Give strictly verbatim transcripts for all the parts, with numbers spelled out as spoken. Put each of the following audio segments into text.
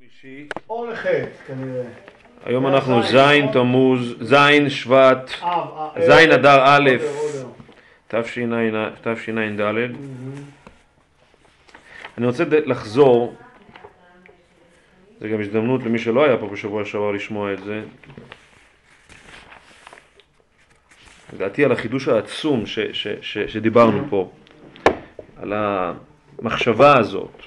שלישי. או לחטא, כנראה. היום אנחנו זין תמוז, זין שבט, זין אדר א', תשע"ד. אני רוצה לחזור, זה גם הזדמנות למי שלא היה פה בשבוע שעבר לשמוע את זה, לדעתי על החידוש העצום ש, ש, ש, שדיברנו פה, על המחשבה הזאת,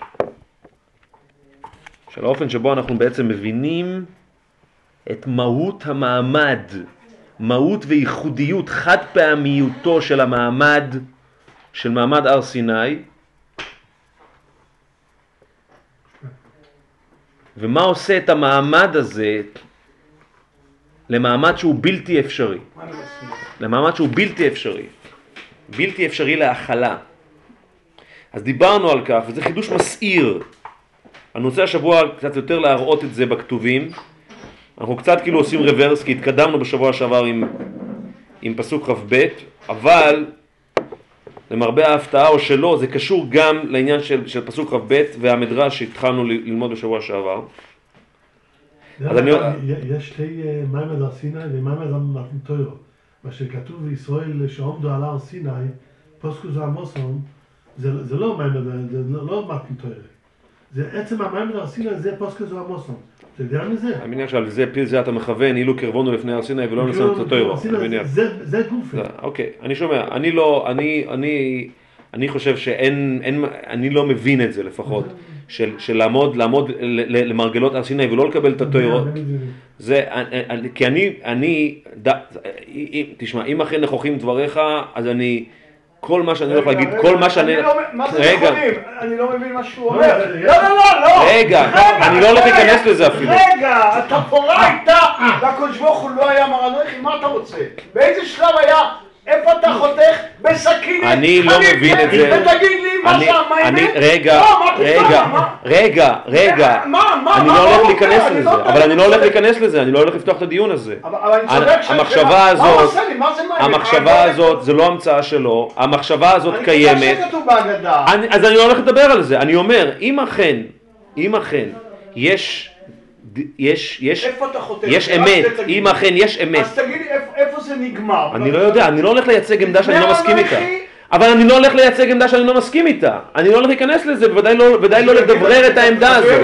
של האופן שבו אנחנו בעצם מבינים את מהות המעמד, מהות וייחודיות, חד פעמיותו של המעמד, של מעמד הר סיני, ומה עושה את המעמד הזה למעמד שהוא בלתי אפשרי. למעמד שהוא בלתי אפשרי. בלתי אפשרי להכלה. אז דיברנו על כך, וזה חידוש מסעיר. אני רוצה השבוע קצת יותר להראות את זה בכתובים. אנחנו קצת כאילו עושים רוורס, כי התקדמנו בשבוע שעבר עם, עם פסוק רב ב', אבל למרבה ההפתעה או שלא, זה קשור גם לעניין של, של פסוק רב ב' והמדרש שהתחלנו ללמוד בשבוע שעבר. אז אני... יש שתי מעמד הר סיני ומעמד המתנתוירו. מה שכתוב בישראל שעומדו על הר סיני, פוסקו זה עמוסון, זה, זה לא מעמד, זה לא מתנתוירו. זה עצם המעמד הר סיני, זה פוסקו זה עמוסון. אתה יודע מזה? אני מניח שעל זה פיל זה אתה מכוון, אילו קרבונו לפני הר סיני ולא נסענו את התוירו. זה גופי. אוקיי, אני שומע, אני לא, אני, אני, אני חושב שאין, אין, אני לא מבין את זה לפחות, של, של לעמוד, לעמוד למרגלות הר סיני ולא לקבל את התוירות. זה, כי אני, אני, תשמע, אם אכן נכוחים דבריך, אז אני, כל מה שאני הולך להגיד, כל מה שאני... מה זה נכונים? אני לא מבין מה שהוא אומר. לא, לא, לא, לא. רגע, אני לא הולך להיכנס לזה אפילו. רגע, התפאורה הייתה, והקדוש ברוך הוא לא היה מרנויכי, מה אתה רוצה? באיזה שלב היה, איפה אתה חותך? בסכין. אני לא מבין את זה. ותגיד לי מה שהמיימת? רגע, רגע, רגע, רגע. אני לא הולך להיכנס לזה, אבל אני לא הולך להיכנס לזה, אני לא הולך לפתוח את הדיון הזה. אבל אני צודק ש... המחשבה הזאת, המחשבה הזאת, זה לא המצאה שלו, המחשבה הזאת קיימת. אני חושב שכתוב בהגדה. אז אני לא הולך לדבר על זה, אני אומר, אם אכן, אם אכן, יש... יש, יש, יש אמת, אם אכן יש אמת. אז תגידי איפה זה נגמר. אני לא יודע, אני לא הולך לייצג עמדה שאני לא מסכים איתה. אבל אני לא הולך לייצג עמדה שאני לא מסכים איתה. אני לא הולך להיכנס לזה, בוודאי לא לדברר את העמדה הזאת.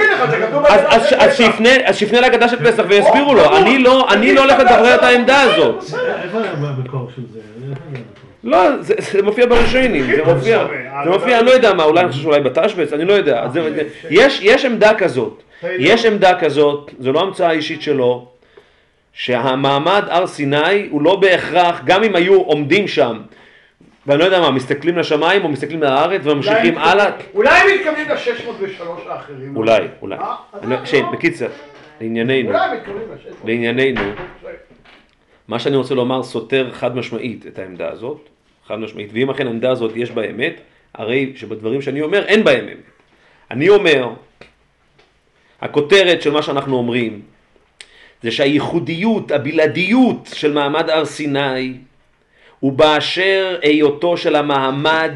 אז שיפנה להגדה של פסח ויסבירו לו. אני לא הולך לדברר את העמדה הזאת. איפה המקור של זה? לא, זה מופיע בראשונים, זה מופיע, זה מופיע, אני לא יודע מה, אולי אני חושב שאולי בתשבץ, אני לא יודע. יש עמדה כזאת. יש עמדה כזאת, זו לא המצאה אישית שלו, שהמעמד הר סיני הוא לא בהכרח, גם אם היו עומדים שם, ואני לא יודע מה, מסתכלים לשמיים או מסתכלים לארץ וממשיכים הלאה. אולי הם מתכוונים ל-שש מאות ושלוש האחרים. אולי, אולי. שיין, בקיצר, לענייננו, לענייננו, מה שאני רוצה לומר סותר חד משמעית את העמדה הזאת, חד משמעית, ואם אכן העמדה הזאת יש בה אמת, הרי שבדברים שאני אומר אין בהם אמת. אני אומר, הכותרת של מה שאנחנו אומרים, זה שהייחודיות, הבלעדיות של מעמד הר סיני, הוא באשר היותו של המעמד,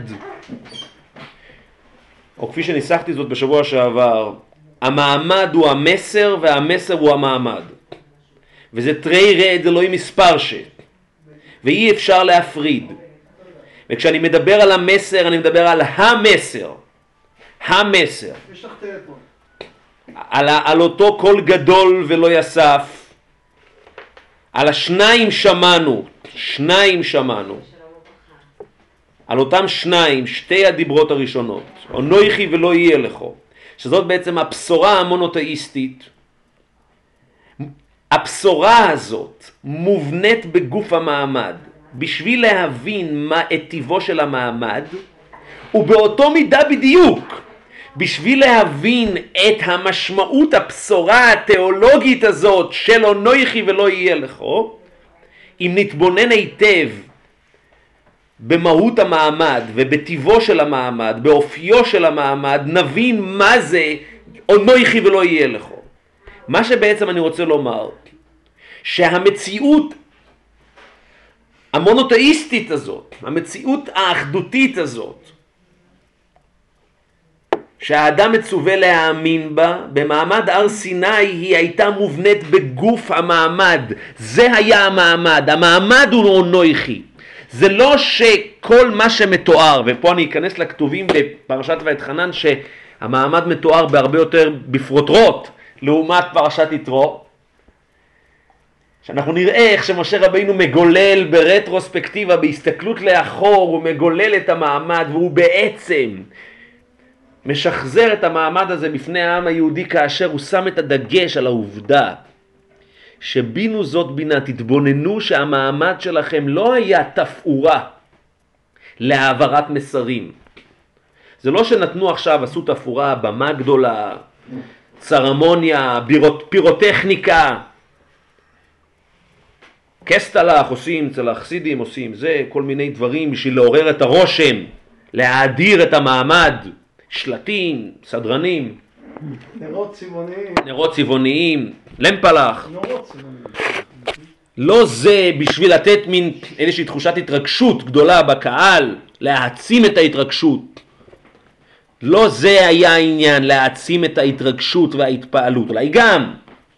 או כפי שניסחתי זאת בשבוע שעבר, המעמד הוא המסר והמסר הוא המעמד. וזה תרי רד אלוהים מספר ש. ואי אפשר להפריד. וכשאני מדבר על המסר, אני מדבר על המסר. המסר. יש לך טלפון. על, על אותו קול גדול ולא יסף, על השניים שמענו, שניים שמענו, על אותם שניים, שתי הדיברות הראשונות, אנוכי ולא יהיה לכו, שזאת בעצם הבשורה המונותאיסטית. הבשורה הזאת מובנית בגוף המעמד, בשביל להבין מה את טיבו של המעמד, ובאותו מידה בדיוק, בשביל להבין את המשמעות הבשורה התיאולוגית הזאת של אנוכי ולא יהיה לכו, אם נתבונן היטב במהות המעמד ובטיבו של המעמד, באופיו של המעמד, נבין מה זה אנוכי ולא יהיה לכו. מה שבעצם אני רוצה לומר, שהמציאות המונותאיסטית הזאת, המציאות האחדותית הזאת, שהאדם מצווה להאמין בה, במעמד הר סיני היא הייתה מובנית בגוף המעמד. זה היה המעמד, המעמד הוא אנוכי. זה לא שכל מה שמתואר, ופה אני אכנס לכתובים בפרשת ואתחנן, שהמעמד מתואר בהרבה יותר בפרוטרוט, לעומת פרשת יתרו, שאנחנו נראה איך שמשה רבינו מגולל ברטרוספקטיבה, בהסתכלות לאחור, הוא מגולל את המעמד, והוא בעצם משחזר את המעמד הזה בפני העם היהודי, כאשר הוא שם את הדגש על העובדה שבינו זאת בינה, תתבוננו שהמעמד שלכם לא היה תפאורה להעברת מסרים. זה לא שנתנו עכשיו, עשו תפאורה, במה גדולה, צרמוניה, פירוטכניקה, קסטלח עושים, אצל החסידים עושים, זה כל מיני דברים בשביל לעורר את הרושם, להאדיר את המעמד, שלטים, סדרנים, נרות צבעוניים, נרות צבעוניים, למפלח. נרות צבעוניים. לא זה בשביל לתת מין איזושהי תחושת התרגשות גדולה בקהל, להעצים את ההתרגשות. לא זה היה העניין, להעצים את ההתרגשות וההתפעלות, אולי גם.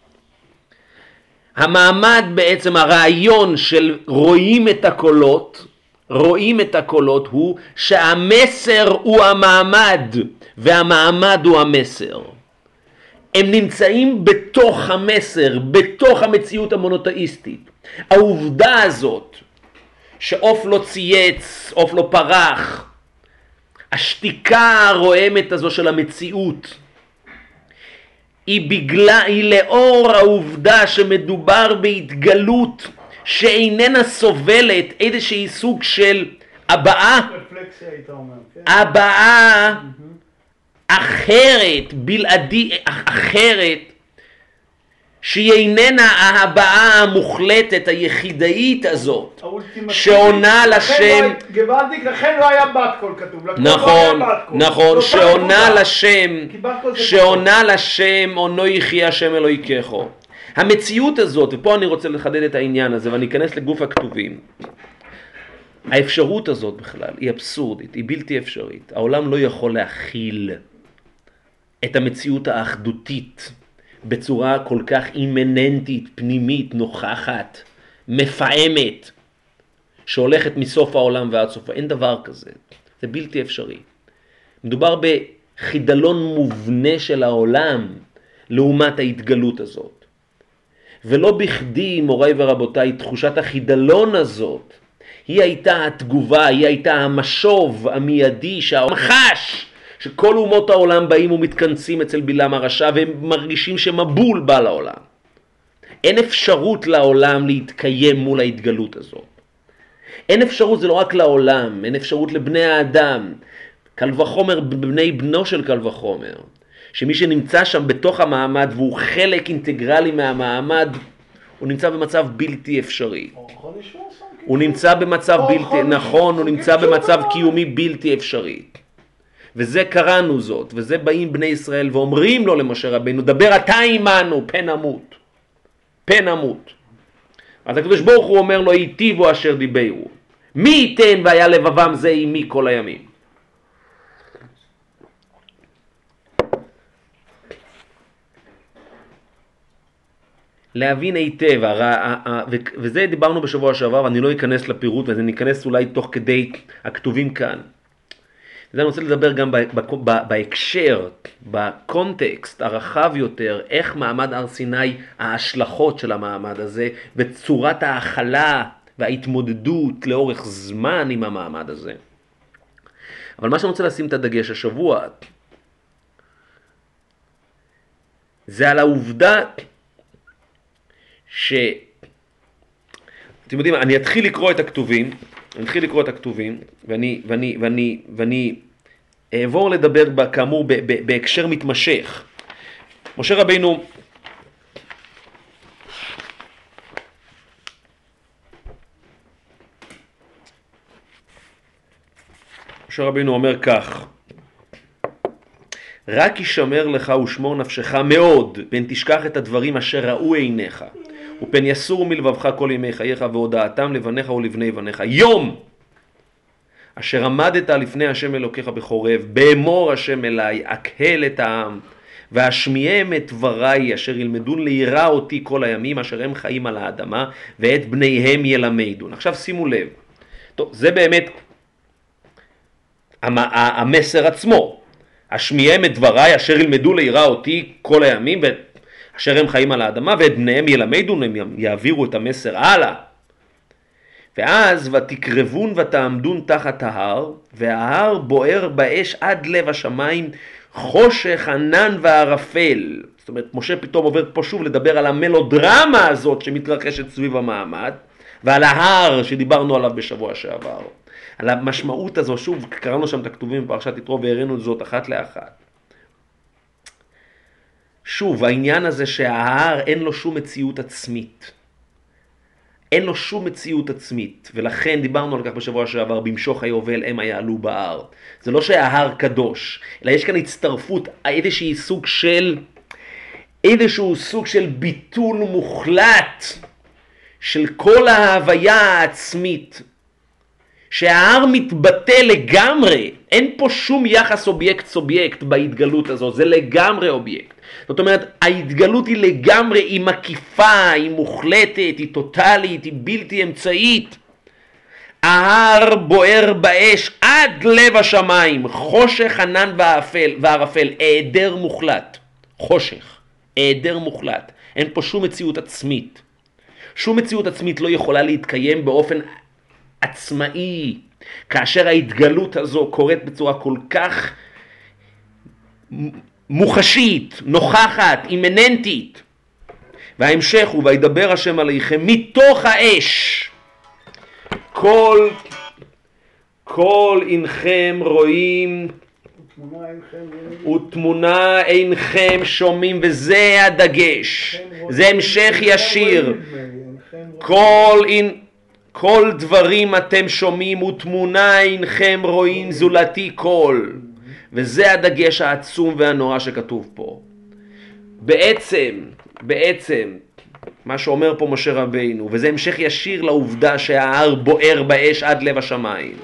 המעמד בעצם, הרעיון של רואים את הקולות, רואים את הקולות הוא שהמסר הוא המעמד והמעמד הוא המסר. הם נמצאים בתוך המסר, בתוך המציאות המונותאיסטית. העובדה הזאת שעוף לא צייץ, עוף לא פרח, השתיקה הרועמת הזו של המציאות, היא בגלל, היא לאור העובדה שמדובר בהתגלות שאיננה סובלת איזושהי סוג של הבעה, רפלקסיה היית אומר, כן? הבעה אחרת, בלעדי, אחרת, שהיא איננה ההבעה המוחלטת, היחידאית הזאת, שעונה לשם, גוואלדיק, לכן לא היה בת קול כתוב, נכון, נכון, שעונה לשם, שעונה לשם, אנוכי השם אלוהיכם. המציאות הזאת, ופה אני רוצה לחדד את העניין הזה, ואני אכנס לגוף הכתובים, האפשרות הזאת בכלל היא אבסורדית, היא בלתי אפשרית. העולם לא יכול להכיל את המציאות האחדותית בצורה כל כך אימננטית, פנימית, נוכחת, מפעמת, שהולכת מסוף העולם ועד סופה. אין דבר כזה, זה בלתי אפשרי. מדובר בחידלון מובנה של העולם לעומת ההתגלות הזאת. ולא בכדי, מוריי ורבותיי, תחושת החידלון הזאת, היא הייתה התגובה, היא הייתה המשוב המיידי שהמחש, שכל אומות העולם באים ומתכנסים אצל בלעם הרשע, והם מרגישים שמבול בא לעולם. אין אפשרות לעולם להתקיים מול ההתגלות הזאת. אין אפשרות, זה לא רק לעולם, אין אפשרות לבני האדם, קל וחומר בני בנו של קל וחומר, שמי שנמצא שם בתוך המעמד והוא חלק אינטגרלי מהמעמד, הוא נמצא במצב בלתי אפשרי. הוא נמצא במצב בלתי, נכון, הוא נמצא במצב קיומי בלתי אפשרי. וזה קראנו זאת, וזה באים בני ישראל ואומרים לו למשה רבינו, דבר אתה עמנו, פן נמות, פן נמות. אז הקדוש ברוך הוא אומר לו, היטיבו אשר דיברו, מי ייתן והיה לבבם זה עמי כל הימים. להבין היטב, וזה דיברנו בשבוע שעבר, ואני לא אכנס לפירוט, וזה ניכנס אולי תוך כדי הכתובים כאן. וזה אני רוצה לדבר גם בהקשר, בקונטקסט הרחב יותר, איך מעמד הר סיני, ההשלכות של המעמד הזה, וצורת ההכלה וההתמודדות לאורך זמן עם המעמד הזה. אבל מה שאני רוצה לשים את הדגש השבוע, זה על העובדה ש... אתם יודעים, אני אתחיל לקרוא את הכתובים, אני אתחיל לקרוא את הכתובים, ואני, ואני, ואני, ואני אעבור לדבר כאמור ב, ב, בהקשר מתמשך. משה רבינו, משה רבינו אומר כך, רק ישמר לך ושמור נפשך מאוד, פן תשכח את הדברים אשר ראו עיניך, ופן יסור מלבבך כל ימי חייך, והודעתם לבניך ולבני בניך. יום אשר עמדת לפני השם אלוקיך בחורב, באמור השם אליי, אקהל את העם, והשמיעם את דבריי, אשר ילמדון לירא אותי כל הימים, אשר הם חיים על האדמה, ואת בניהם ילמדון. עכשיו שימו לב, טוב, זה באמת המסר עצמו, השמיעם את דבריי, אשר ילמדו לירא אותי כל הימים, אשר הם חיים על האדמה, ואת בניהם ילמדון, הם יעבירו את המסר הלאה. ואז ותקרבון ותעמדון תחת ההר, וההר בוער באש עד לב השמיים, חושך ענן וערפל. זאת אומרת, משה פתאום עובר פה שוב לדבר על המלודרמה הזאת שמתרחשת סביב המעמד, ועל ההר שדיברנו עליו בשבוע שעבר. על המשמעות הזו, שוב, קראנו שם את הכתובים בפרשת יתרו והראינו את זאת אחת לאחת. שוב, העניין הזה שההר אין לו שום מציאות עצמית. אין לו שום מציאות עצמית, ולכן דיברנו על כך בשבוע שעבר, במשוך היובל הם יעלו בהר. זה לא שההר קדוש, אלא יש כאן הצטרפות, איזשהו סוג של, איזשהו סוג של ביטול מוחלט של כל ההוויה העצמית, שההר מתבטא לגמרי, אין פה שום יחס אובייקט-סובייקט בהתגלות הזו, זה לגמרי אובייקט. זאת אומרת, ההתגלות היא לגמרי, היא מקיפה, היא מוחלטת, היא טוטלית, היא בלתי אמצעית. ההר בוער באש עד לב השמיים, חושך ענן וערפל, וערפל, היעדר מוחלט, חושך, היעדר מוחלט. אין פה שום מציאות עצמית. שום מציאות עצמית לא יכולה להתקיים באופן עצמאי, כאשר ההתגלות הזו קורית בצורה כל כך מוחשית, נוכחת, אימננטית. וההמשך הוא, וידבר השם עליכם מתוך האש, כל, כל אינכם רואים ותמונה אינכם שומעים, וזה הדגש, זה המשך ישיר. כל אין כל דברים אתם שומעים ותמונה אינכם רואים זולתי כל, וזה הדגש העצום והנורא שכתוב פה. בעצם, בעצם, מה שאומר פה משה רבינו, וזה המשך ישיר לעובדה שההר בוער באש עד לב השמיים.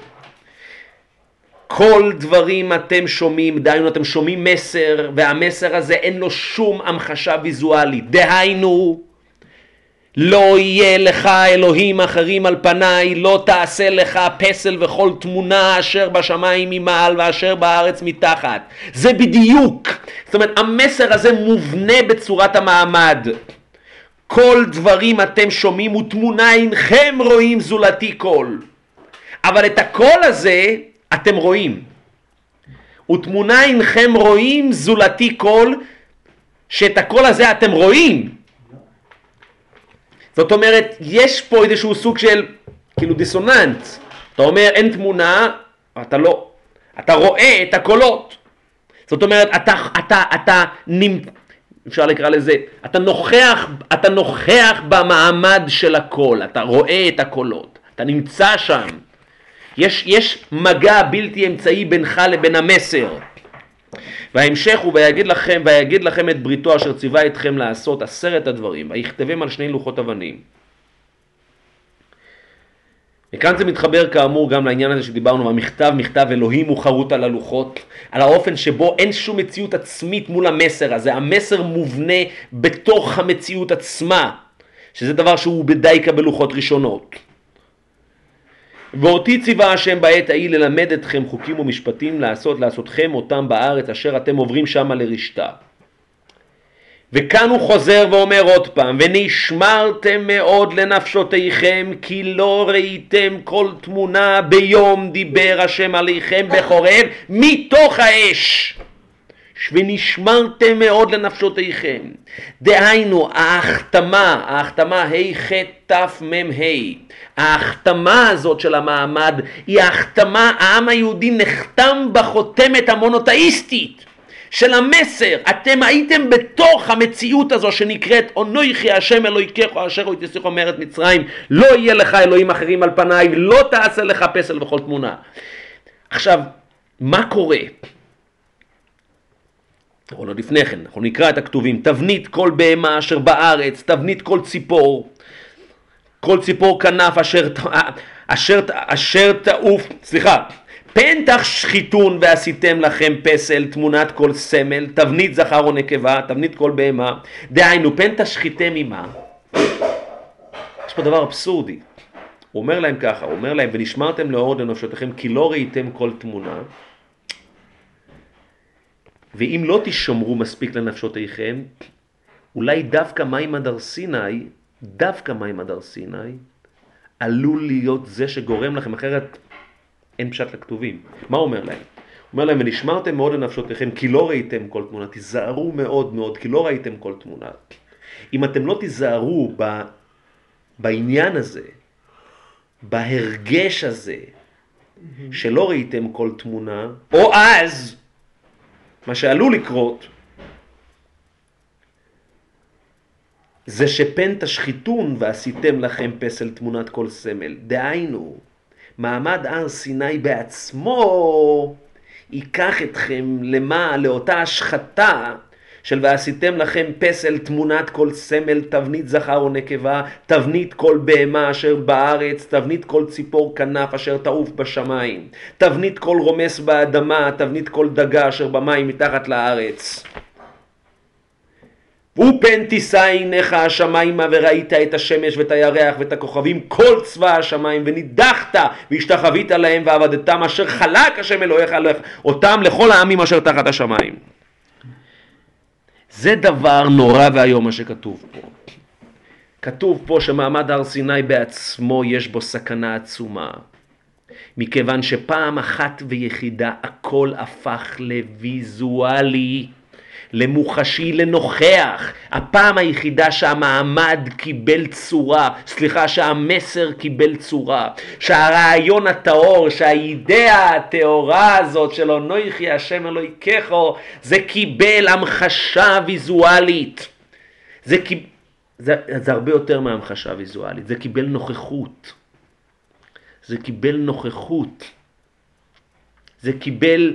כל דברים אתם שומעים, דהיינו אתם שומעים מסר, והמסר הזה אין לו שום המחשה ויזואלית. דהיינו, לא יהיה לך אלוהים אחרים על פניי, לא תעשה לך פסל וכל תמונה אשר בשמיים ממעל ואשר בארץ מתחת. זה בדיוק. זאת אומרת, המסר הזה מובנה בצורת המעמד. כל דברים אתם שומעים ותמונה אינכם רואים זולתי כל. אבל את הקול הזה אתם רואים. ותמונה אינכם רואים זולתי כל, שאת הקול הזה אתם רואים. זאת אומרת, יש פה איזשהו סוג של, כאילו דיסוננס. אתה אומר, אין תמונה, אתה לא. אתה רואה את הקולות. זאת אומרת, אתה, אתה, אתה, אפשר לקרוא לזה, אתה נוכח, אתה נוכח במעמד של הקול. אתה רואה את הקולות. אתה נמצא שם. יש, יש מגע בלתי אמצעי בינך לבין המסר. וההמשך הוא, ויגיד לכם, ויגיד לכם את בריתו אשר ציווה אתכם לעשות עשרת הדברים, ויכתבם על שני לוחות אבנים. וכאן זה מתחבר כאמור גם לעניין הזה שדיברנו, והמכתב, מכתב אלוהים הוא חרוט על הלוחות, על האופן שבו אין שום מציאות עצמית מול המסר הזה, המסר מובנה בתוך המציאות עצמה, שזה דבר שהוא בדייקה בלוחות ראשונות. ואותי ציווה השם בעת ההיא ללמד אתכם חוקים ומשפטים, לעשות לעשותכם אותם בארץ אשר אתם עוברים שמה לרשתה. וכאן הוא חוזר ואומר עוד פעם, ונשמרתם מאוד לנפשותיכם, כי לא ראיתם כל תמונה ביום דיבר השם עליכם בחורב מתוך האש. ונשמרתם מאוד לנפשותיכם. דהיינו, ההחתמה, ההחתמה ה' ח' ת' מ' ה', ההחתמה הזאת של המעמד היא ההחתמה, העם היהודי נחתם בחותמת המונותאיסטית של המסר. אתם הייתם בתוך המציאות הזו שנקראת אנוכי השם אלוהיכך אשר הוציאך מארץ מצרים, לא יהיה לך אלוהים אחרים על פניי, לא תעשה לך פסל וכל תמונה. עכשיו, מה קורה? או לא לפני כן, אנחנו נקרא את הכתובים, תבנית כל בהמה אשר בארץ, תבנית כל ציפור, כל ציפור כנף אשר, אשר, אשר תעוף, סליחה, פנתח שחיתון ועשיתם לכם פסל, תמונת כל סמל, תבנית זכר או נקבה, תבנית כל בהמה. דהיינו, פנתח שחיתם ממה? יש פה דבר אבסורדי. הוא אומר להם ככה, הוא אומר להם, ונשמרתם לאור לנפשותיכם, כי לא ראיתם כל תמונה. ואם לא תשמרו מספיק לנפשותיכם, אולי דווקא מימד הר סיני, דווקא מימד הר סיני, עלול להיות זה שגורם לכם, אחרת אין פשט לכתובים. מה הוא אומר להם? הוא אומר להם, ונשמרתם מאוד לנפשותיכם, כי לא ראיתם כל תמונה, תיזהרו מאוד מאוד, כי לא ראיתם כל תמונה. אם אתם לא תיזהרו ב, בעניין הזה, בהרגש הזה, שלא ראיתם כל תמונה, או אז, מה שעלול לקרות, זה שפן תשחיתון ועשיתם לכם פסל תמונת כל סמל. דהיינו, מעמד הר סיני בעצמו ייקח אתכם למה? לאותה השחתה של ועשיתם לכם פסל תמונת כל סמל, תבנית זכר או נקבה, תבנית כל בהמה אשר בארץ, תבנית כל ציפור כנף אשר תעוף בשמיים, תבנית כל רומס באדמה, תבנית כל דגה אשר במים מתחת לארץ. ופן תישא עיניך השמיימה וראית את השמש ואת הירח ואת הכוכבים כל צבא השמיים ונידחת והשתחווית להם ועבדתם אשר חלק השם אלוהיך אותם לכל העמים אשר תחת השמיים. זה דבר נורא והיום מה שכתוב פה. כתוב פה שמעמד הר סיני בעצמו יש בו סכנה עצומה. מכיוון שפעם אחת ויחידה הכל הפך לויזואלי. למוחשי, לנוכח. הפעם היחידה שהמעמד קיבל צורה, סליחה, שהמסר קיבל צורה, שהרעיון הטהור, שהאידאה הטהורה הזאת של אנוכי השם אלוהיכך, זה קיבל המחשה ויזואלית. זה, זה, זה הרבה יותר מהמחשה ויזואלית, זה קיבל נוכחות. זה קיבל נוכחות. זה קיבל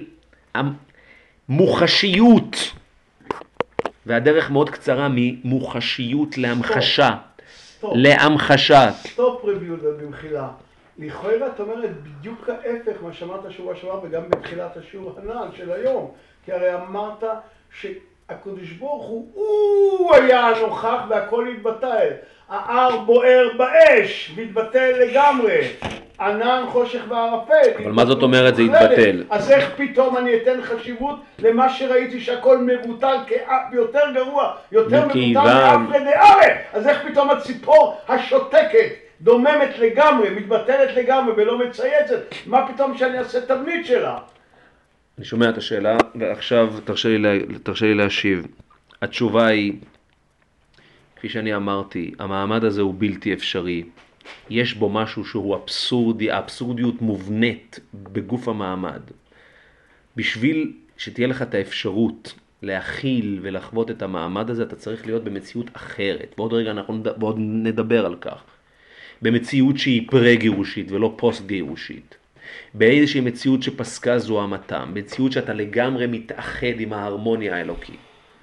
מוחשיות. והדרך מאוד קצרה ממוחשיות להמחשה. סטופ. להמחשה. סטופ רביודה במחילה. לכאורה את אומרת בדיוק ההפך מה שאמרת שבוע שעבר וגם בתחילת השיעור הנ"ל של היום. כי הרי אמרת שהקדוש ברוך הוא, הוא היה הנוכח והכל התבטל. ההר בוער באש והתבטל לגמרי. ענן, חושך וערפל. אבל מה זאת אומרת זה התבטל? אז איך פתאום אני אתן חשיבות למה שראיתי שהכל מבוטל יותר גרוע, יותר מבוטל מאפרי דארה? אז איך פתאום הציפור השותקת, דוממת לגמרי, מתבטלת לגמרי ולא מצייצת? מה פתאום שאני אעשה תבנית שלה? אני שומע את השאלה, ועכשיו תרשה לי, תרשה לי להשיב. התשובה היא, כפי שאני אמרתי, המעמד הזה הוא בלתי אפשרי. יש בו משהו שהוא אבסורדי, האבסורדיות מובנית בגוף המעמד. בשביל שתהיה לך את האפשרות להכיל ולחוות את המעמד הזה, אתה צריך להיות במציאות אחרת. ועוד רגע אנחנו עוד נדבר על כך. במציאות שהיא פרה-גירושית ולא פוסט-גירושית. באיזושהי מציאות שפסקה זוהמתם. מציאות שאתה לגמרי מתאחד עם ההרמוניה האלוקית.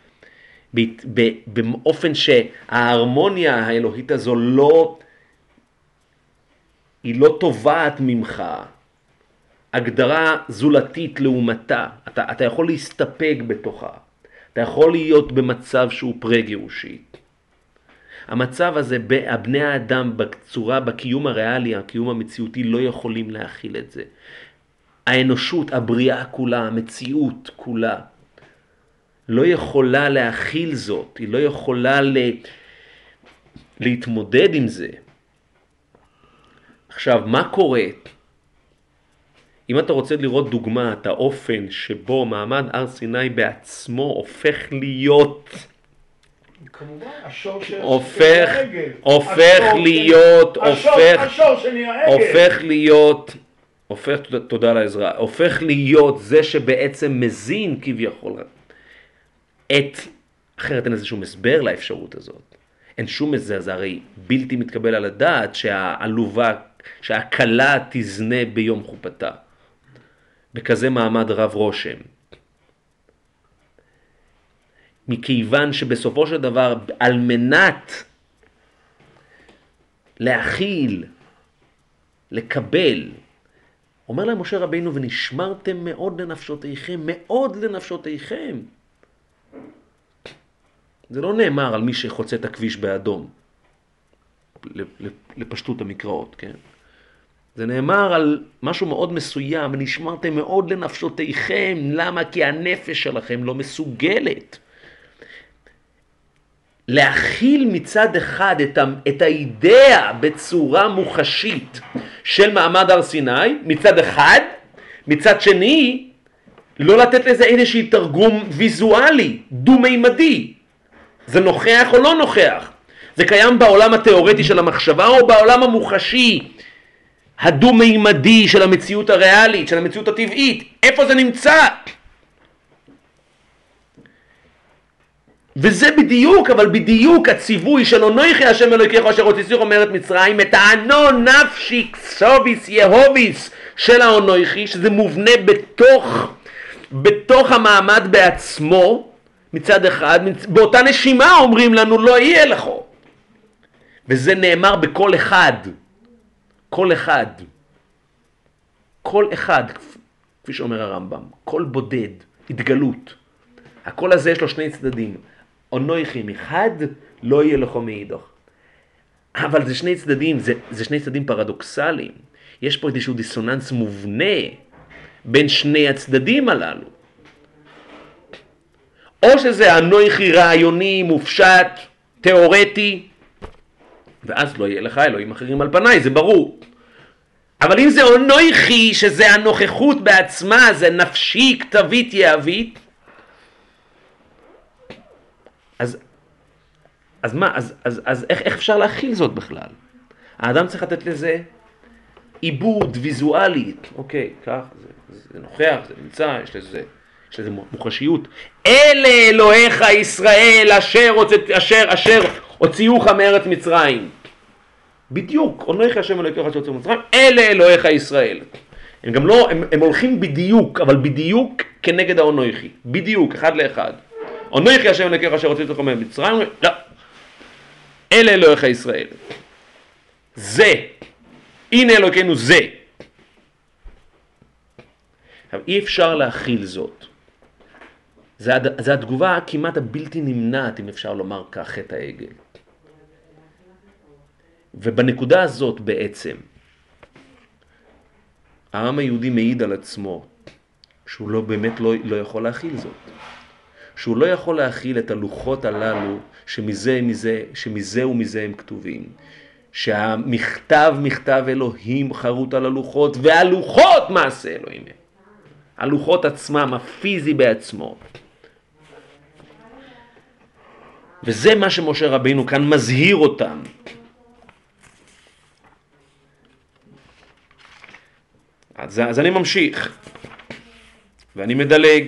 באופן שההרמוניה האלוהית הזו לא... היא לא טובעת ממך, הגדרה זולתית לעומתה, אתה, אתה יכול להסתפק בתוכה, אתה יכול להיות במצב שהוא פרה-גירושי. המצב הזה, בני האדם בצורה, בקיום הריאלי, הקיום המציאותי, לא יכולים להכיל את זה. האנושות, הבריאה כולה, המציאות כולה, לא יכולה להכיל זאת, היא לא יכולה ל... להתמודד עם זה. עכשיו, מה קורה? אם אתה רוצה לראות דוגמה, את האופן שבו מעמד הר סיני בעצמו הופך להיות... כמובן, השור של הופך, העגל. הופך להיות, הופך, השור של העגל. הופך להיות, הופך, תודה על העזרה, הופך להיות זה שבעצם מזין כביכול את, אחרת אין איזה שום הסבר לאפשרות הזאת. אין שום הסבר, זה הרי בלתי מתקבל על הדעת שהעלובה, שהקלה תזנה ביום חופתה. בכזה מעמד רב רושם. מכיוון שבסופו של דבר, על מנת להכיל, לקבל, אומר להם משה רבינו, ונשמרתם מאוד לנפשותיכם, מאוד לנפשותיכם. זה לא נאמר על מי שחוצה את הכביש באדום, לפשטות המקראות, כן? זה נאמר על משהו מאוד מסוים, ונשמרתם מאוד לנפשותיכם. למה? כי הנפש שלכם לא מסוגלת להכיל מצד אחד את, ה, את האידאה בצורה מוחשית של מעמד הר סיני, מצד אחד, מצד שני, לא לתת לזה איזושהי תרגום ויזואלי, דו-מימדי. זה נוכח או לא נוכח? זה קיים בעולם התיאורטי של המחשבה או בעולם המוחשי, הדו-מימדי של המציאות הריאלית, של המציאות הטבעית? איפה זה נמצא? וזה בדיוק, אבל בדיוק הציווי של אנוכי השם אלוהיכם אשר הוציאך מארץ מצרים, את הענו נפשי כסוביס יהוביס של האנוכי, שזה מובנה בתוך, בתוך המעמד בעצמו, מצד אחד, באותה נשימה אומרים לנו לא יהיה לך. וזה נאמר בכל אחד, כל אחד, כל אחד, כפי שאומר הרמב"ם, כל בודד, התגלות. הכל הזה יש לו שני צדדים. אנוכי מחד, לא יהיה לך מאידך. אבל זה שני צדדים, זה, זה שני צדדים פרדוקסליים. יש פה איזשהו דיסוננס מובנה בין שני הצדדים הללו. או שזה אנוכי רעיוני, מופשט, תיאורטי, ואז לא יהיה לך אלוהים אחרים על פניי, זה ברור. אבל אם זה אנוכי, שזה הנוכחות בעצמה, זה נפשי, כתבית, יהבית, אז, אז מה, אז, אז, אז איך, איך אפשר להכיל זאת בכלל? האדם צריך לתת לזה עיבוד ויזואלי, אוקיי, כך, זה, זה נוכח, זה נמצא, יש לזה, יש לזה מוחשיות. אלה אלוהיך ישראל אשר, אשר, אשר הוציאוך מארץ מצרים. בדיוק, אנוכי השם אלוהיך אשר הוציאוך מצרים, אלה אלוהיך ישראל. הם גם לא, הם, הם הולכים בדיוק, אבל בדיוק כנגד האנוכי, בדיוק, אחד לאחד. אנוכי השם אלוהיך אשר הוציאוך מארץ מצרים, לא. אלה אלוהיך ישראל. זה. הנה אלוהינו זה. אי אפשר להכיל זאת. זה, זה התגובה כמעט הבלתי נמנעת, אם אפשר לומר כך, חטא העגל. ובנקודה הזאת בעצם, העם היהודי מעיד על עצמו, שהוא לא, באמת לא, לא יכול להכיל זאת. שהוא לא יכול להכיל את הלוחות הללו, שמזה, מזה, שמזה ומזה הם כתובים. שהמכתב, מכתב אלוהים חרוט על הלוחות, והלוחות מעשה אלוהים. הלוחות עצמם, הפיזי בעצמו. וזה מה שמשה רבינו כאן מזהיר אותם. אז, אז אני ממשיך, ואני מדלג.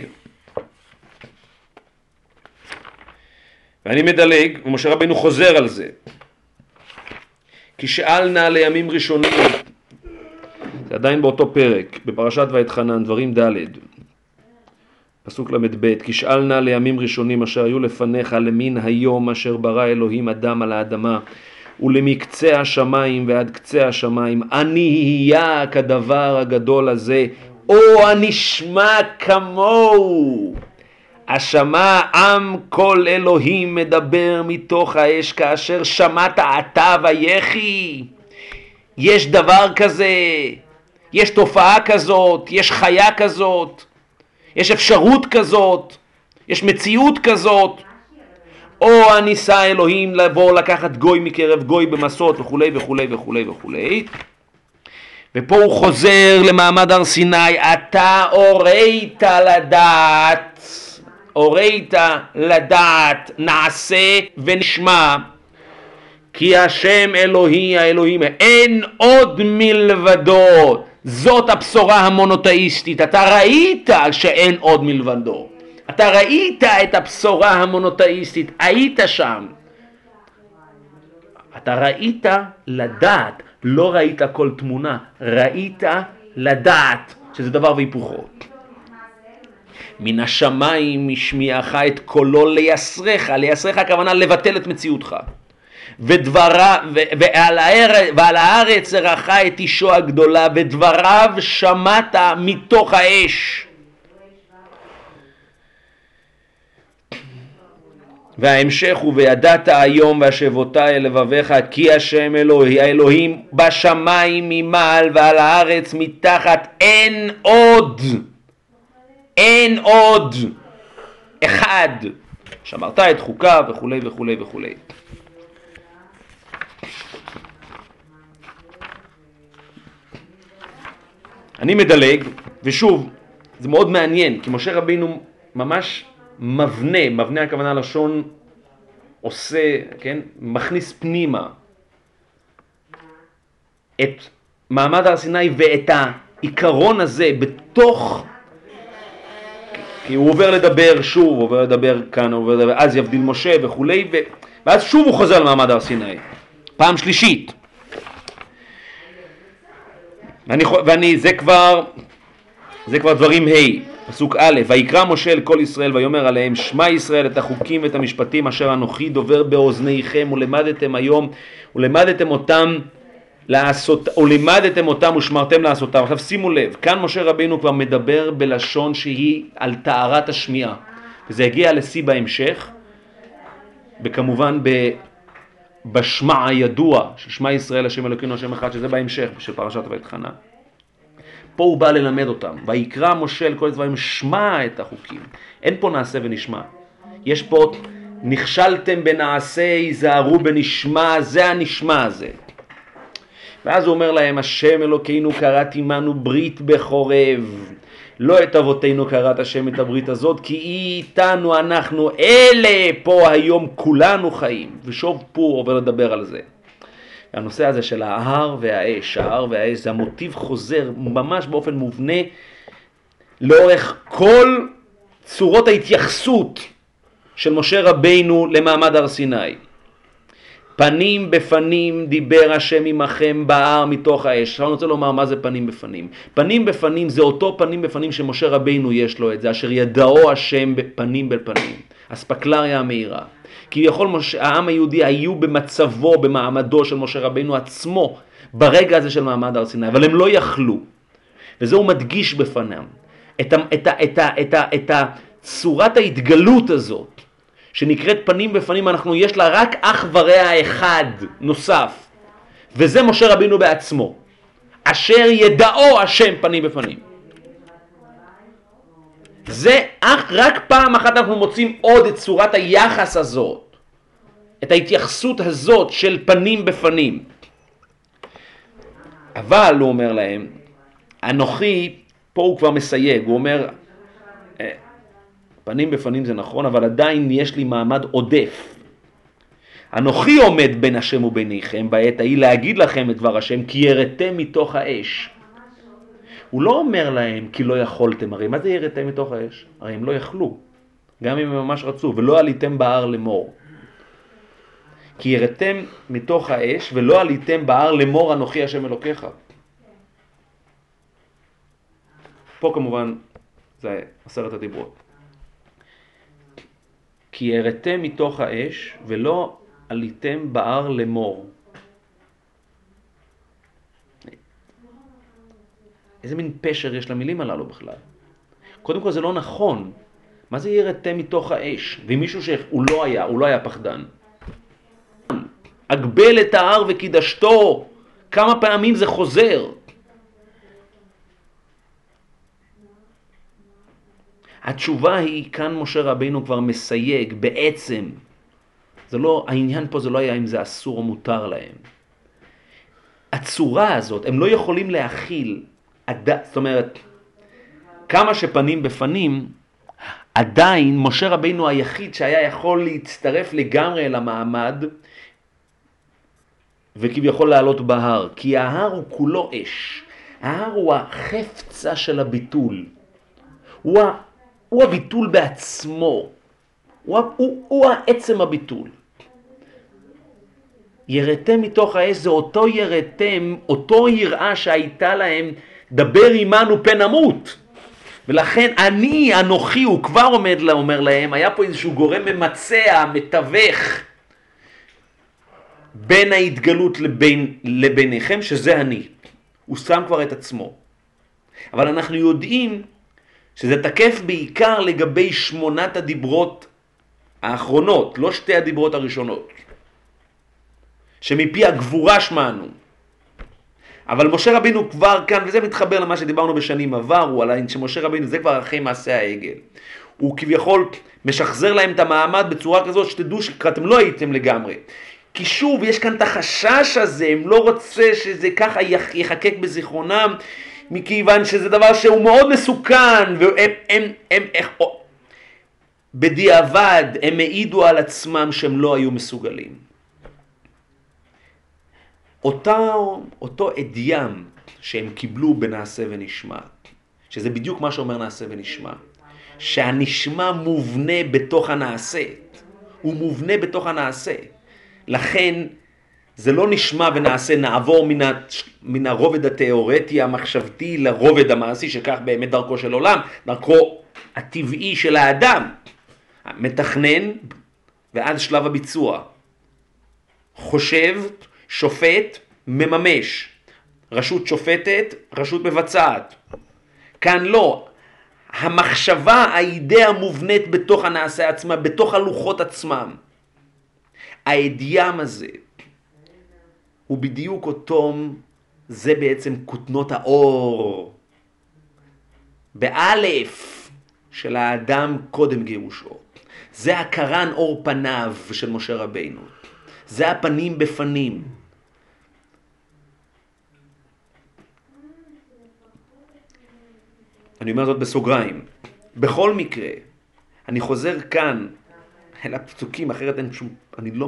ואני מדלג, ומשה רבינו חוזר על זה. כי שאל נא לימים ראשונים, זה עדיין באותו פרק, בפרשת ואתחנן, דברים ד', פסוק למד ב', כי שאל נא לימים ראשונים אשר היו לפניך למין היום אשר ברא אלוהים אדם על האדמה, ולמקצה השמיים ועד קצה השמיים, אני יהיה כדבר הגדול הזה, או הנשמע כמוהו. השמע עם כל אלוהים מדבר מתוך האש כאשר שמעת אתה ויחי. יש דבר כזה, יש תופעה כזאת, יש חיה כזאת, יש אפשרות כזאת, יש מציאות כזאת. או הניסה אלוהים לבוא לקחת גוי מקרב גוי במסות וכולי וכולי וכולי וכולי. ופה הוא חוזר למעמד הר סיני, אתה אורית לדעת, אורית לדעת, נעשה ונשמע, כי השם אלוהי האלוהים, אין עוד מלבדו. זאת הבשורה המונותאיסטית. אתה ראית שאין עוד מלבדו. אתה ראית את הבשורה המונותאיסטית, היית שם. אתה ראית לדעת, לא ראית כל תמונה, ראית לדעת, שזה דבר והיפוכו. מן השמיים משמיעך את קולו ליסרך, ליסרך הכוונה לבטל את מציאותך. ודברה, ו, ועל, הארץ, ועל הארץ זרחה את אישו הגדולה, ודבריו שמעת מתוך האש. וההמשך הוא וידעת היום והשבותי אל לבביך כי השם אלוהי האלוהים בשמיים ממעל ועל הארץ מתחת אין עוד אין עוד אחד שמרת את חוקיו וכולי וכולי וכולי. אני מדלג, ושוב זה מאוד מעניין כי משה רבינו ממש מבנה, מבנה הכוונה לשון עושה, כן, מכניס פנימה את מעמד הר סיני ואת העיקרון הזה בתוך, כי הוא עובר לדבר שוב, הוא עובר לדבר כאן, הוא עובר לדבר, אז יבדיל משה וכולי, ו... ואז שוב הוא חוזר למעמד הר סיני, פעם שלישית. ואני, ואני, זה כבר, זה כבר דברים ה' פסוק א', ויקרא משה אל כל ישראל ויאמר עליהם שמע ישראל את החוקים ואת המשפטים אשר אנוכי דובר באוזניכם ולמדתם היום ולמדתם אותם לעשות ולמדתם אותם ושמרתם לעשותם. עכשיו שימו לב, כאן משה רבינו כבר מדבר בלשון שהיא על טהרת השמיעה, וזה הגיע לשיא בהמשך, וכמובן ב בשמע הידוע ששמע ישראל השם אלוקינו השם אחד, שזה בהמשך של פרשת ואתחנן. פה הוא בא ללמד אותם, ויקרא משה אל כל דברים שמע את החוקים. אין פה נעשה ונשמע, יש פה נכשלתם בנעשה היזהרו בנשמע, זה הנשמע הזה. ואז הוא אומר להם השם אלוקינו קראת עמנו ברית בחורב, לא את אבותינו קראת השם את הברית הזאת כי איתנו אנחנו אלה פה היום כולנו חיים. ושוב פה הוא עובר לדבר על זה. הנושא הזה של ההר והאש, ההר והאש זה המוטיב חוזר ממש באופן מובנה לאורך כל צורות ההתייחסות של משה רבינו למעמד הר סיני. פנים בפנים דיבר השם עמכם בהר מתוך האש. עכשיו אני רוצה לומר מה זה פנים בפנים. פנים בפנים זה אותו פנים בפנים שמשה רבינו יש לו את זה, אשר ידעו השם בפנים בפנים. הספקלריה המהירה. כי יכול משה, העם היהודי היו במצבו, במעמדו של משה רבינו עצמו, ברגע הזה של מעמד הר סיני, אבל הם לא יכלו. וזה הוא מדגיש בפניהם. את, ה, את, ה, את, ה, את, ה, את הצורת ההתגלות הזאת, שנקראת פנים בפנים, אנחנו יש לה רק אח ורע אחד נוסף. וזה משה רבינו בעצמו. אשר ידעו השם פנים בפנים. זה אך רק פעם אחת אנחנו מוצאים עוד את צורת היחס הזאת, את ההתייחסות הזאת של פנים בפנים. אבל הוא אומר להם, אנוכי, פה הוא כבר מסייג, הוא אומר, פנים בפנים זה נכון, אבל עדיין יש לי מעמד עודף. אנוכי עומד בין השם וביניכם בעת ההיא להגיד לכם את דבר השם, כי ירדתם מתוך האש. הוא לא אומר להם כי לא יכולתם, הרי מה זה ירדתם מתוך האש? הרי הם לא יכלו, גם אם הם ממש רצו, ולא עליתם בהר למור. כי ירדתם מתוך האש ולא עליתם בהר למור אנוכי השם אלוקיך. פה כמובן זה עשרת הדיברות. כי ירדתם מתוך האש ולא עליתם בהר למור. איזה מין פשר יש למילים הללו בכלל? קודם כל זה לא נכון. מה זה ירדתם מתוך האש? ומישהו שהוא לא היה, הוא לא היה פחדן. אגבל את ההר וקידשתו. כמה פעמים זה חוזר? התשובה היא, כאן משה רבינו כבר מסייג, בעצם, זה לא, העניין פה זה לא היה אם זה אסור או מותר להם. הצורה הזאת, הם לא יכולים להכיל, זאת אומרת, כמה שפנים בפנים, עדיין משה רבינו היחיד שהיה יכול להצטרף לגמרי אל המעמד, וכביכול לעלות בהר, כי ההר הוא כולו אש. ההר הוא החפצה של הביטול. הוא, הוא הביטול בעצמו. הוא, הוא, הוא העצם הביטול. ירדתם מתוך האש זה אותו ירדתם, אותו יראה שהייתה להם, דבר עמנו פן נמות. ולכן אני, אנוכי, הוא כבר עומד לה, אומר להם, היה פה איזשהו גורם ממצע, מתווך, בין ההתגלות לבין, לביניכם, שזה אני. הוא שם כבר את עצמו. אבל אנחנו יודעים שזה תקף בעיקר לגבי שמונת הדיברות האחרונות, לא שתי הדיברות הראשונות. שמפי הגבורה שמענו. אבל משה רבינו כבר כאן, וזה מתחבר למה שדיברנו בשנים עברו, על שמשה רבינו זה כבר אחרי מעשה העגל. הוא כביכול משחזר להם את המעמד בצורה כזאת שתדעו שאתם לא הייתם לגמרי. כי שוב, יש כאן את החשש הזה, הם לא רוצה שזה ככה יחקק בזיכרונם, מכיוון שזה דבר שהוא מאוד מסוכן, והם, הם, הם, הם, בדיעבד, הם העידו על עצמם שהם לא היו מסוגלים. אותו, אותו עדיים שהם קיבלו בנעשה ונשמע, שזה בדיוק מה שאומר נעשה ונשמע, שהנשמע מובנה בתוך הנעשה, הוא מובנה בתוך הנעשה. לכן זה לא נשמע ונעשה, נעבור מן, ה, מן הרובד התיאורטי המחשבתי לרובד המעשי, שכך באמת דרכו של עולם, דרכו הטבעי של האדם, מתכנן ועד שלב הביצוע. חושב, שופט, מממש. רשות שופטת, רשות מבצעת. כאן לא. המחשבה, האידאה מובנית בתוך הנעשה עצמה, בתוך הלוחות עצמם. האדיום הזה הוא בדיוק אותו, זה בעצם כותנות האור. באלף של האדם קודם גירושו. זה הקרן אור פניו של משה רבינו. זה הפנים בפנים. אני אומר זאת בסוגריים. בכל מקרה, אני חוזר כאן אל הפסוקים, אחרת אין שום, אני לא...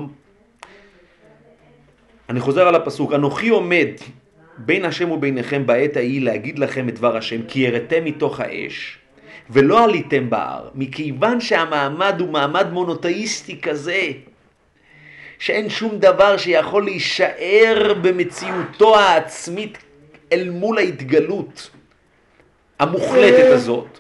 אני חוזר על הפסוק, אנוכי עומד בין השם וביניכם בעת ההיא להגיד לכם את דבר השם, כי ירדתם מתוך האש, ולא עליתם בהר, מכיוון שהמעמד הוא מעמד מונותאיסטי כזה, שאין שום דבר שיכול להישאר במציאותו העצמית אל מול ההתגלות המוחלטת הזאת.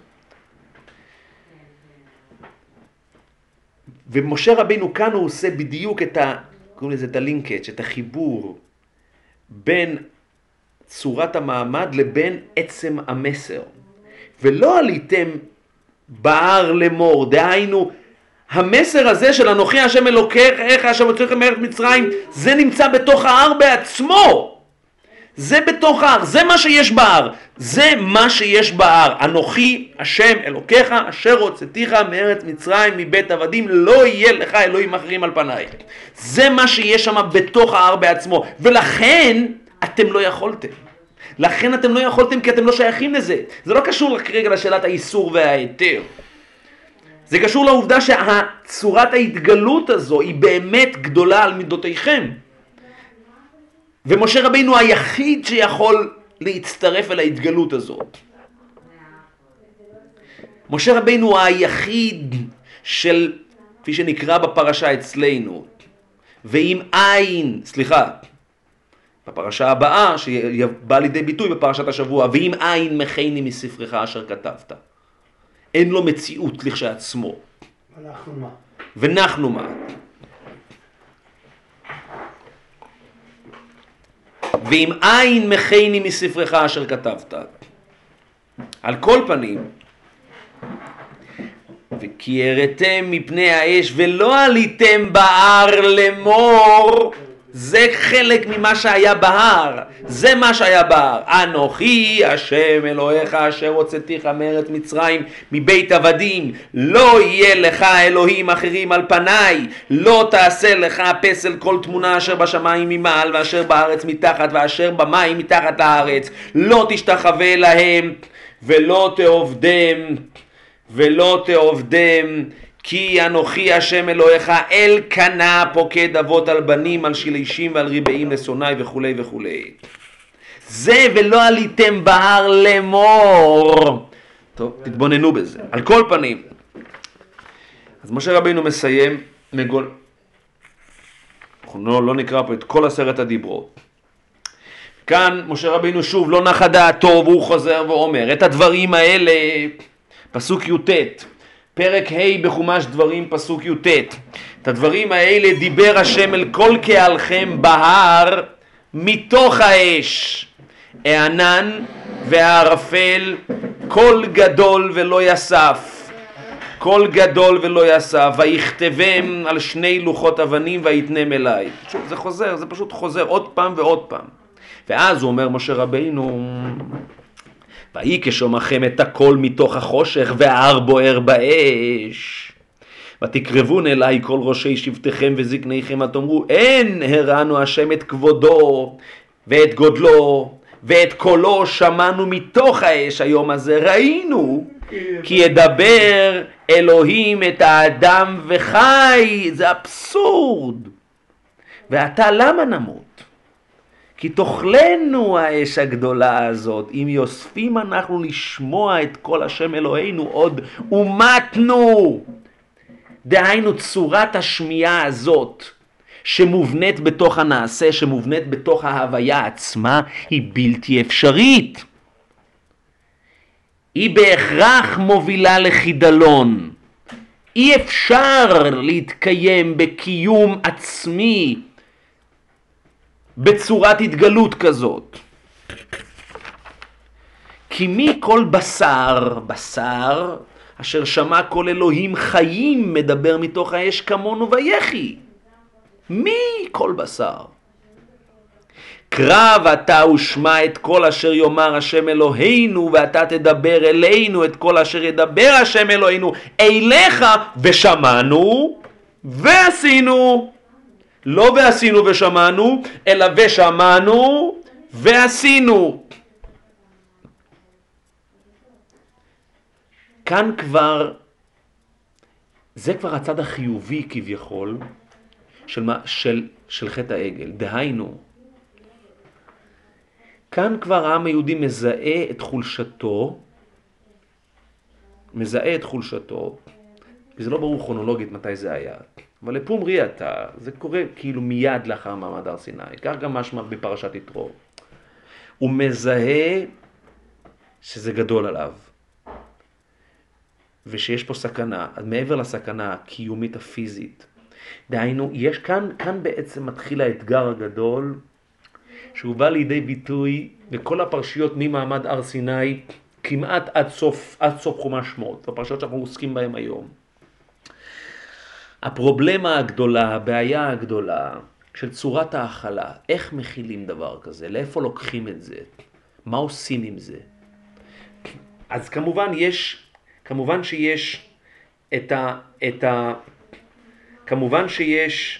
ומשה רבינו כאן הוא עושה בדיוק את ה... קוראים לזה את הלינקץ', את החיבור בין צורת המעמד לבין עצם המסר. ולא עליתם בהר למור, דהיינו, המסר הזה של אנוכי השם אלוקיך אשר הוצאתכם מארץ מצרים, זה נמצא בתוך ההר בעצמו. זה בתוך ההר, זה מה שיש בהר, זה מה שיש בהר. אנוכי השם אלוקיך אשר הוצאתיך מארץ מצרים מבית עבדים, לא יהיה לך אלוהים אחרים על פניי. זה מה שיש שם בתוך ההר בעצמו, ולכן אתם לא יכולתם. לכן אתם לא יכולתם כי אתם לא שייכים לזה. זה לא קשור רק רגע לשאלת האיסור וההיתר. זה קשור לעובדה שהצורת ההתגלות הזו היא באמת גדולה על מידותיכם. ומשה רבינו היחיד שיכול להצטרף אל ההתגלות הזאת. משה רבינו הוא היחיד של, כפי שנקרא בפרשה אצלנו, ואם אין, סליחה, בפרשה הבאה, שבאה לידי ביטוי בפרשת השבוע, ואם אין מכני מספרך אשר כתבת. אין לו מציאות לכשעצמו. ואנחנו מה? ואנחנו מה? ואם אין מכני מספרך אשר כתבת. על כל פנים, וכי ירדתם מפני האש ולא עליתם בהר למור, זה חלק ממה שהיה בהר, זה מה שהיה בהר. אנוכי השם אלוהיך אשר הוצאתיך מארץ מצרים מבית עבדים, לא יהיה לך אלוהים אחרים על פניי, לא תעשה לך פסל כל תמונה אשר בשמיים ממעל ואשר בארץ מתחת ואשר במים מתחת לארץ, לא תשתחווה להם ולא תעובדם ולא תעובדם, כי אנוכי השם אלוהיך אל קנה פוקד אבות על בנים על שלישים ועל ריבעים לשונאי וכו' וכו'. זה ולא עליתם בהר למור. טוב, תתבוננו בזה. על כל פנים, אז משה רבינו מסיים מגול. אנחנו לא, לא נקרא פה את כל עשרת הדיברות. כאן משה רבינו שוב לא נחה דעתו והוא חוזר ואומר את הדברים האלה, פסוק י"ט. פרק ה' בחומש דברים פסוק י"ט. את הדברים האלה דיבר השם אל כל קהלכם בהר מתוך האש, הענן והערפל, קול גדול ולא יסף, קול גדול ולא יסף, ויכתבם על שני לוחות אבנים ויתנם אליי. שוב, זה חוזר, זה פשוט חוזר עוד פעם ועוד פעם. ואז הוא אומר משה רבינו, ויהי כשומעכם את הקול מתוך החושך וההר בוער באש, ותקרבון אליי כל ראשי שבטכם וזקניכם ותאמרו, אין הראנו השם את כבודו ואת גודלו ואת קולו שמענו מתוך האש היום הזה, ראינו כי ידבר אלוהים את האדם וחי. זה אבסורד. ועתה למה נמות? כי תאכלנו האש הגדולה הזאת, אם יוספים אנחנו לשמוע את כל השם אלוהינו עוד ומתנו. דהיינו צורת השמיעה הזאת שמובנית בתוך הנעשה, שמובנית בתוך ההוויה עצמה, היא בלתי אפשרית. היא בהכרח מובילה לחידלון. אי אפשר להתקיים בקיום עצמי בצורת התגלות כזאת. כי מי כל בשר, בשר, אשר שמע כל אלוהים חיים מדבר מתוך האש כמונו ויחי. מי כל בשר? קרא ואתה ושמע את כל אשר יאמר השם אלוהינו, ואתה תדבר אלינו את כל אשר ידבר השם אלוהינו אליך, ושמענו ועשינו. לא ועשינו ושמענו, אלא ושמענו ועשינו. כאן כבר, זה כבר הצד החיובי כביכול של, של, של חטא העגל. דהיינו, כאן כבר העם היהודי מזהה את חולשתו, מזהה את חולשתו, וזה לא ברור כרונולוגית מתי זה היה. אבל לפומרי אתה, זה קורה כאילו מיד לאחר מעמד הר סיני. כך גם משמע בפרשת יתרו. הוא מזהה שזה גדול עליו. ושיש פה סכנה, אז מעבר לסכנה הקיומית הפיזית, דהיינו, יש כאן, כאן בעצם מתחיל האתגר הגדול, שהוא בא לידי ביטוי בכל הפרשיות ממעמד הר סיני, כמעט עד סוף, עד סוף חומש שמות, הפרשיות שאנחנו עוסקים בהם היום. הפרובלמה הגדולה, הבעיה הגדולה של צורת האכלה, איך מכילים דבר כזה, לאיפה לוקחים את זה, מה עושים עם זה. אז כמובן יש, כמובן שיש את ה, את ה, כמובן שיש,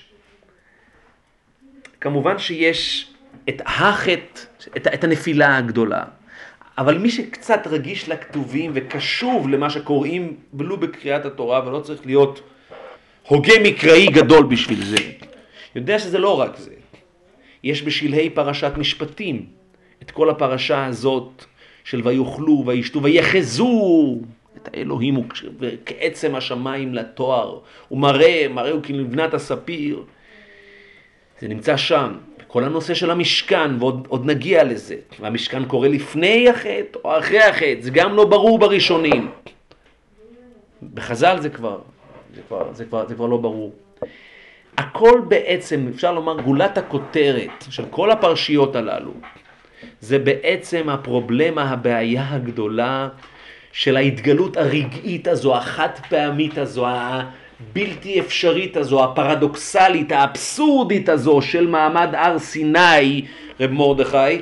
כמובן שיש את החטא, את, את הנפילה הגדולה. אבל מי שקצת רגיש לכתובים וקשוב למה שקוראים ולו בקריאת התורה, ולא צריך להיות הוגה מקראי גדול בשביל זה, יודע שזה לא רק זה. יש בשלהי פרשת משפטים את כל הפרשה הזאת של ויאכלו וישתו ויחזו את האלוהים וכעצם השמיים לתואר, ומראה, מראה הוא כלבנת הספיר. זה נמצא שם. כל הנושא של המשכן, ועוד עוד נגיע לזה. והמשכן קורה לפני החטא או אחרי החטא, זה גם לא ברור בראשונים. בחז"ל זה כבר, זה כבר, זה כבר, זה כבר לא ברור. הכל בעצם, אפשר לומר, גולת הכותרת של כל הפרשיות הללו, זה בעצם הפרובלמה, הבעיה הגדולה של ההתגלות הרגעית הזו, החד פעמית הזו, הבלתי אפשרית הזו, הפרדוקסלית, האבסורדית הזו של מעמד הר סיני, רב מרדכי,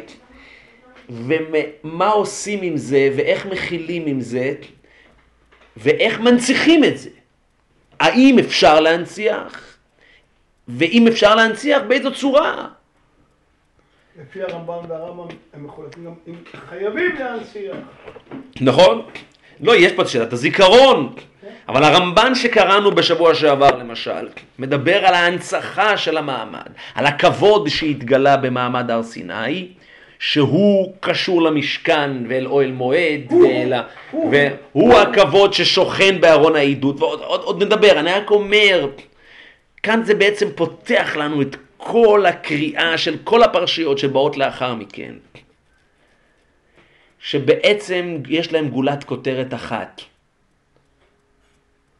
ומה עושים עם זה, ואיך מכילים עם זה, ואיך מנציחים את זה. האם אפשר להנציח? ואם אפשר להנציח, באיזו צורה? לפי הרמב"ם והרמב"ם הם מחולקים גם אם חייבים להנציח. נכון. לא, יש פה שאלת הזיכרון. אבל הרמב"ן שקראנו בשבוע שעבר למשל, מדבר על ההנצחה של המעמד, על הכבוד שהתגלה במעמד הר סיני, שהוא קשור למשכן ואל אוהל מועד, ואל... והוא הכבוד ששוכן בארון העדות, ועוד עוד, עוד נדבר. אני רק אומר, כאן זה בעצם פותח לנו את כל הקריאה של כל הפרשיות שבאות לאחר מכן, שבעצם יש להם גולת כותרת אחת.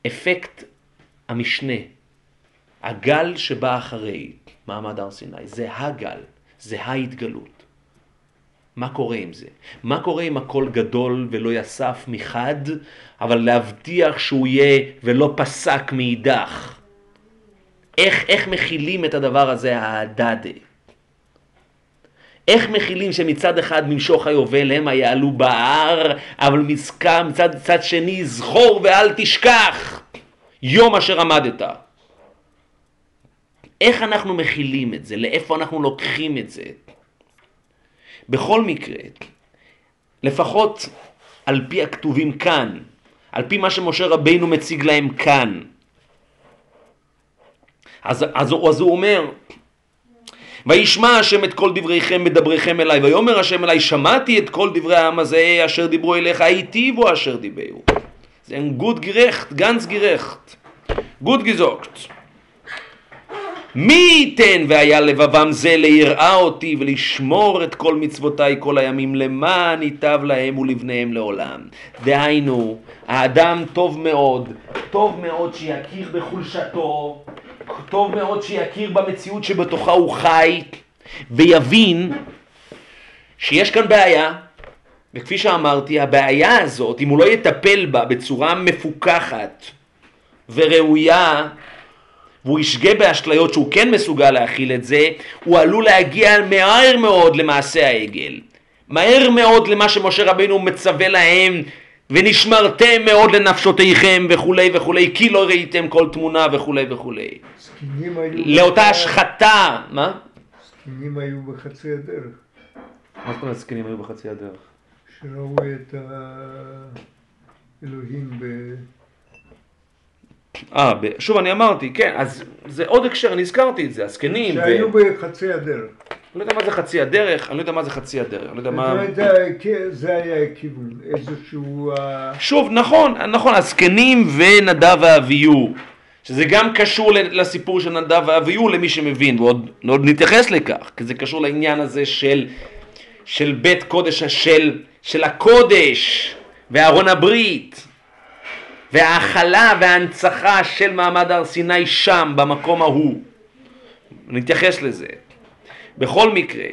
אפקט המשנה, הגל שבא אחרי מעמד הר סיני, זה הגל, זה ההתגלות. מה קורה עם זה? מה קורה אם הכל גדול ולא יסף מחד, אבל להבטיח שהוא יהיה ולא פסק מאידך? איך, איך מכילים את הדבר הזה, ההדדה? איך מכילים שמצד אחד ממשוך היובל הם יעלו בהר, אבל מצד, מצד, מצד שני זכור ואל תשכח יום אשר עמדת? איך אנחנו מכילים את זה? לאיפה אנחנו לוקחים את זה? בכל מקרה, לפחות על פי הכתובים כאן, על פי מה שמשה רבינו מציג להם כאן, אז, אז, אז הוא אומר, וישמע השם את כל דבריכם מדבריכם אליי, ויאמר השם אליי, שמעתי את כל דברי העם הזה אשר דיברו אליך, היטיבו אשר דיברו. זה גוד גרחט, גנץ גרחט, גוד גזוקט. מי ייתן והיה לבבם זה ליראה אותי ולשמור את כל מצוותיי כל הימים, למען ייטב להם ולבניהם לעולם. דהיינו, האדם טוב מאוד, טוב מאוד שיכיר בחולשתו, טוב מאוד שיכיר במציאות שבתוכה הוא חי, ויבין שיש כאן בעיה, וכפי שאמרתי, הבעיה הזאת, אם הוא לא יטפל בה בצורה מפוקחת וראויה, והוא ישגה באשליות שהוא כן מסוגל להכיל את זה, הוא עלול להגיע מהר מאוד למעשה העגל. מהר מאוד למה שמשה רבינו מצווה להם, ונשמרתם מאוד לנפשותיכם וכולי וכולי, כי לא ראיתם כל תמונה וכולי וכולי. לאותה השחתה, מה? סקינים היו בחצי הדרך. מה זאת אומרת סקינים היו בחצי הדרך? שראו את האלוהים ב... אה, שוב אני אמרתי, כן, אז זה עוד הקשר, אני הזכרתי את זה, הסקנים. שהיו בחצי הדרך. אני לא יודע מה זה חצי הדרך, אני לא יודע מה זה חצי הדרך, אני לא יודע מה... זה היה הכיוון, איזשהו... שוב, נכון, נכון, הסקנים ונדב ואביהו, שזה גם קשור לסיפור של נדב ואביהו למי שמבין, ועוד נתייחס לכך, כי זה קשור לעניין הזה של, של בית קודש, של, של הקודש וארון הברית, והאכלה וההנצחה של מעמד הר סיני שם, במקום ההוא. נתייחס לזה. בכל מקרה,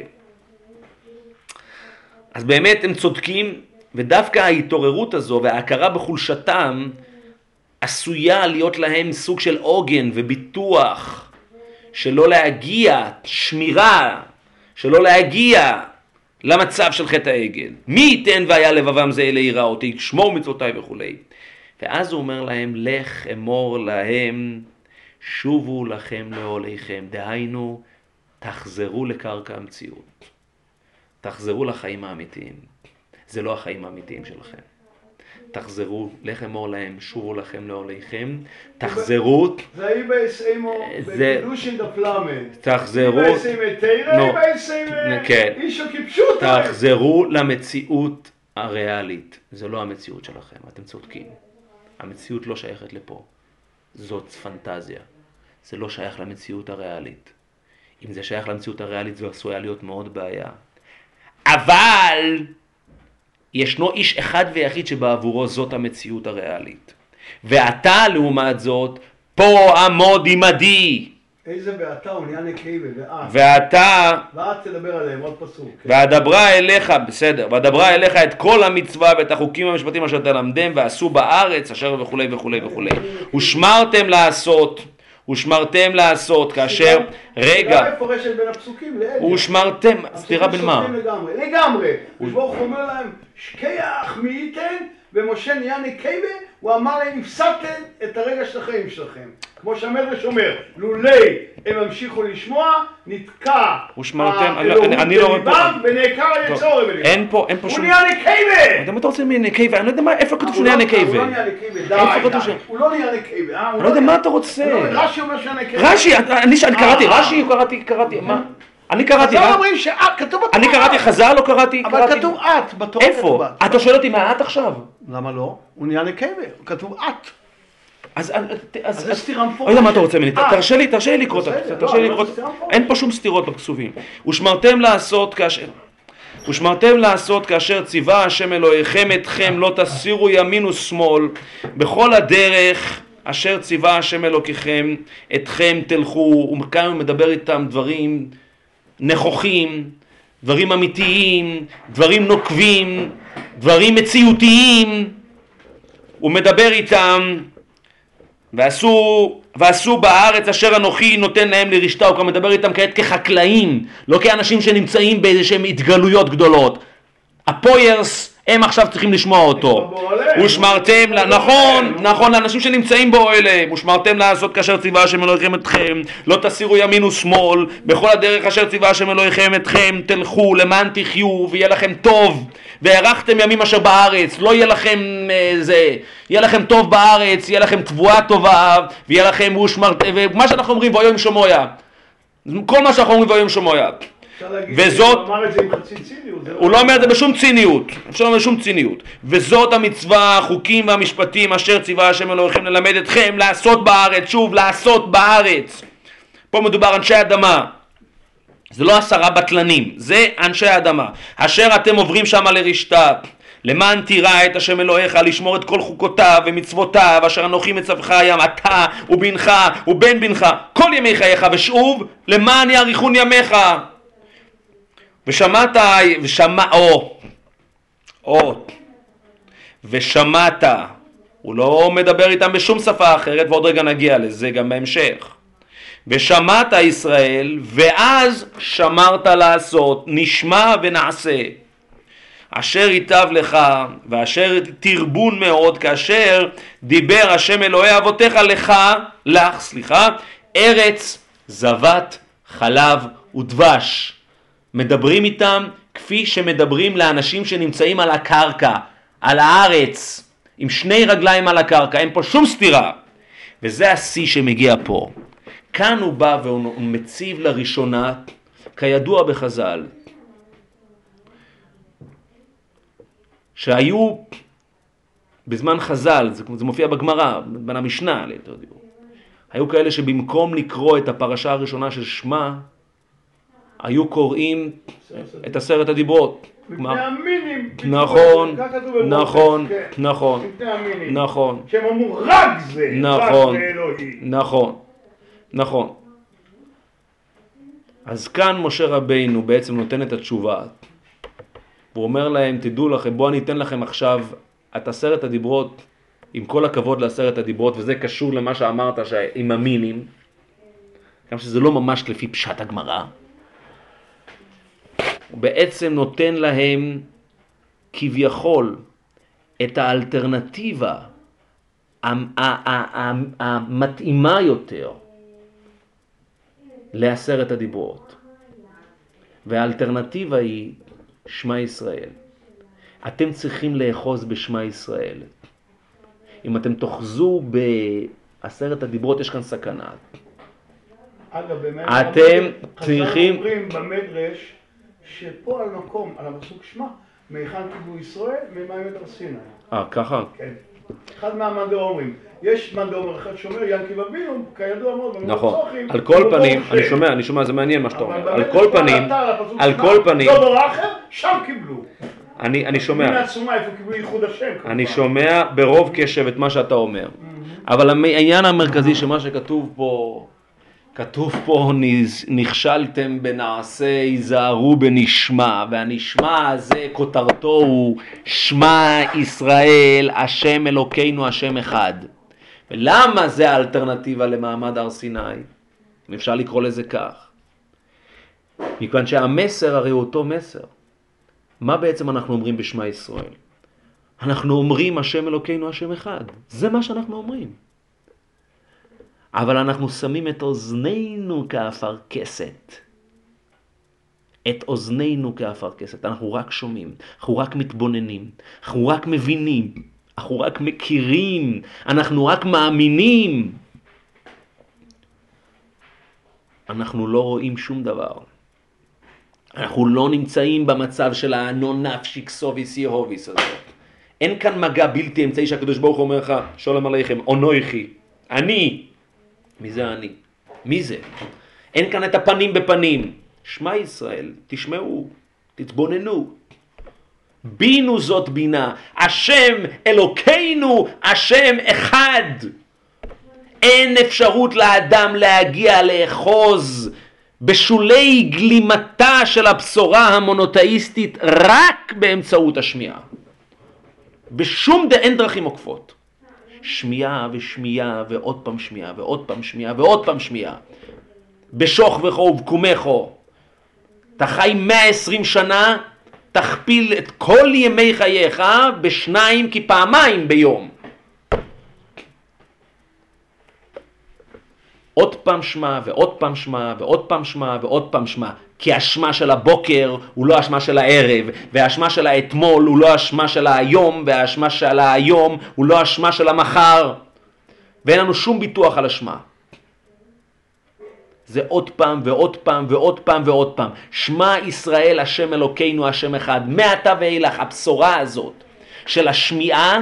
אז באמת הם צודקים, ודווקא ההתעוררות הזו וההכרה בחולשתם עשויה להיות להם סוג של עוגן וביטוח, שלא להגיע, שמירה, שלא להגיע למצב של חטא העגל. מי ייתן והיה לבבם זה אלה יראה אותי, שמור מצוותיי וכולי. ואז הוא אומר להם, לך אמור להם, שובו לכם לעוליכם. דהיינו, תחזרו לקרקע המציאות. תחזרו לחיים האמיתיים. זה לא החיים האמיתיים שלכם. תחזרו, לך אמור להם, שובו לכם לעוליכם. תחזרו. זה היה בעשיימו, בקדושין דפלמת. תחזרו. בעשיימי תירה, בעשיימי אישו כפשוטה. תחזרו למציאות הריאלית. זה לא המציאות שלכם, אתם צודקים. המציאות לא שייכת לפה. זאת פנטזיה. זה לא שייך למציאות הריאלית. אם זה שייך למציאות הריאלית, זה עשויה להיות מאוד בעיה. אבל ישנו איש אחד ויחיד שבעבורו זאת המציאות הריאלית. ואתה, לעומת זאת, פה עמוד עמדי. איזה ואתה, הוא נהיה נקייבה, ואת. ואתה... ואת תדבר עליהם, עוד פסוק. והדברה אליך, בסדר, והדברה אליך את כל המצווה ואת החוקים המשפטים אשר תלמדם, ועשו בארץ, אשר וכולי וכולי וכולי. ושמרתם לעשות, ושמרתם לעשות, כאשר... רגע. סתירה מפורשת בין הפסוקים לאלה. ושמרתם, סתירה בין מה? לגמרי, לגמרי. וברוך הוא אומר להם, שכיח מי ייתן, ומשה נהיה נקייבה, הוא אמר להם, הפסדתם את הרגע של החיים שלכם. כמו שהמדרש אומר, לולי הם המשיכו לשמוע, נתקע האלוהות בליבם, ונעקר היצור בליבם. אין פה, אין פה שום... הוא נהיה נקייבה! אתה יודע מה אתה רוצה נקייבה? אני לא יודע מה, איפה כתוב שהוא נהיה נקייבה? הוא לא נהיה נקייבה, די, די. הוא לא נהיה נקייבה. אני לא יודע מה אתה רוצה. רש"י אומר שהוא נקייבה. רש"י, אני קראתי, רש"י, קראתי, קראתי, מה? אני קראתי, חז"ל אומרים שאת, כתוב בתורה. אני קראתי חז"ל, לא קראתי, אבל כתוב את, בתורה כתוב איפה? אתה שואל אותי מה את עכשיו? למה לא? הוא נהיה נקייבה, כתוב את. אז זה סתירה מפורשת. אוי, מה אתה רוצה ממני? תרשה לי, תרשה לי לקרוא את זה. תרשה לי לקרוא. אין פה שום סתירות בכתובים. ושמרתם לעשות כאשר... ושמרתם לעשות כאשר ציווה השם אלוהיכם אתכם, לא תסירו ימין ושמאל, בכל הדרך אשר ציווה השם אלוקיכם, אתכם תלכו, וכאן הוא מדבר איתם דברים נכוחים, דברים אמיתיים, דברים נוקבים, דברים מציאותיים, הוא מדבר איתם, ועשו, ועשו בארץ אשר אנוכי נותן להם לרשתה, הוא כבר מדבר איתם כעת כחקלאים, לא כאנשים שנמצאים באיזשהם התגלויות גדולות. הפוירס הם עכשיו צריכים לשמוע אותו. ושמרתם, נכון, נכון, לאנשים שנמצאים באוהלים, ושמרתם לעשות כאשר ציווה השם אלוהיכם אתכם, לא תסירו ימין ושמאל, בכל הדרך אשר ציווה השם אלוהיכם אתכם, תלכו למען תחיו ויהיה לכם טוב, והארכתם ימים אשר בארץ, לא יהיה לכם זה, יהיה לכם טוב בארץ, יהיה לכם תבואה טובה, ויהיה לכם ושמרתם, ומה שאנחנו אומרים ויום שמויה, כל מה שאנחנו אומרים ויום שמויה. וזאת, הוא אמר את זה עם חצי ציניות. הוא לא אומר את זה בשום ציניות, אפשר לומר בשום ציניות. וזאת המצווה, החוקים והמשפטים אשר ציווה השם אלוהיכם ללמד אתכם לעשות בארץ, שוב, לעשות בארץ. פה מדובר אנשי אדמה, זה לא עשרה בטלנים, זה אנשי אדמה, אשר אתם עוברים שם לרשתה, למען תירא את השם אלוהיך, לשמור את כל חוקותיו ומצוותיו, אשר אנוכי מצווך היום, אתה ובנך ובן בנך, כל ימי חייך, ושוב, למען יאריכון ימיך. ושמעת, ושמע, או, או, ושמעת, הוא לא מדבר איתם בשום שפה אחרת, ועוד רגע נגיע לזה גם בהמשך. ושמעת ישראל, ואז שמרת לעשות, נשמע ונעשה. אשר ייטב לך, ואשר תרבון מאוד, כאשר דיבר השם אלוהי אבותיך לך, לך, סליחה, ארץ זבת חלב ודבש. מדברים איתם כפי שמדברים לאנשים שנמצאים על הקרקע, על הארץ, עם שני רגליים על הקרקע, אין פה שום סתירה. וזה השיא שמגיע פה. כאן הוא בא והוא מציב לראשונה, כידוע בחז"ל, שהיו בזמן חז"ל, זה, זה מופיע בגמרא, בין המשנה, ליתר דיוק, היו כאלה שבמקום לקרוא את הפרשה הראשונה של שמה, היו קוראים את עשרת הדיברות. מפני המינים. נכון, נכון, נכון, נכון. שהם אמרו רק זה, נכון, רק זה אלוהי. נכון, נכון. אז כאן משה רבינו בעצם נותן את התשובה. הוא אומר להם, תדעו לכם, בואו אני אתן לכם עכשיו את עשרת הדיברות, עם כל הכבוד לעשרת הדיברות, וזה קשור למה שאמרת עם המינים, גם שזה לא ממש לפי פשט הגמרא. הוא בעצם נותן להם כביכול את האלטרנטיבה המתאימה יותר לעשרת הדיברות. והאלטרנטיבה היא שמע ישראל. אתם צריכים לאחוז בשמע ישראל. אם אתם תאחזו בעשרת הדיברות, יש כאן סכנה. אגב, באמת, אתם צריכים... חז"ל אומרים במדרש שפה על מקום, על הפסוק שמע, מהיכן קיבלו ישראל, ממעמד הר סיני. אה, ככה? כן. אחד מהמאן דאומרים. יש מאן דאומר אחד שאומר, ינקי אבינו, כידוע מאוד, נכון. על כל פנים, אני שומע, אני שומע, זה מעניין מה שאתה אומר. על כל פנים, על כל פנים, לא דור אחר, שם קיבלו. אני אני שומע. מן העצומה, איפה קיבלו ייחוד השם. אני שומע ברוב קשב את מה שאתה אומר. אבל העניין המרכזי שמה שכתוב פה, כתוב פה, נכשלתם בנעשה, היזהרו בנשמע, והנשמע הזה, כותרתו הוא, שמע ישראל, השם אלוקינו, השם אחד. ולמה זה האלטרנטיבה למעמד הר סיני? אפשר לקרוא לזה כך. מכיוון שהמסר הרי הוא אותו מסר. מה בעצם אנחנו אומרים בשמע ישראל? אנחנו אומרים השם אלוקינו, השם אחד. זה מה שאנחנו אומרים. אבל אנחנו שמים את אוזנינו כאפר כסת. את אוזנינו כאפר כסת. אנחנו רק שומעים, אנחנו רק מתבוננים, אנחנו רק מבינים, אנחנו רק מכירים, אנחנו רק מאמינים. אנחנו לא רואים שום דבר. אנחנו לא נמצאים במצב של האנו נפשי כסוביס יהוביס הזאת. אין כאן מגע בלתי אמצעי שהקדוש ברוך הוא אומר לך, שולם עליכם, אונויכי, אני. מי זה אני? מי זה? אין כאן את הפנים בפנים. שמע ישראל, תשמעו, תתבוננו. בינו זאת בינה, השם אלוקינו, השם אחד. אין אפשרות לאדם להגיע לאחוז בשולי גלימתה של הבשורה המונותאיסטית רק באמצעות השמיעה. בשום ד... אין דרכים עוקפות. שמיעה ושמיעה ועוד פעם שמיעה ועוד פעם שמיעה ועוד פעם שמיעה. בשוך וכו ובקומכו. אתה חי מאה ועשרים שנה, תכפיל את כל ימי חייך בשניים כי פעמיים ביום. עוד פעם שמה ועוד פעם שמה ועוד פעם שמה ועוד פעם שמה. כי השמה של הבוקר הוא לא השמה של הערב, והשמה של האתמול הוא לא השמה של היום, והשמה של היום הוא לא השמה של המחר. ואין לנו שום ביטוח על השמה. זה עוד פעם ועוד פעם ועוד פעם ועוד פעם. שמה ישראל השם אלוקינו השם אחד. מעתה ואילך הבשורה הזאת של השמיעה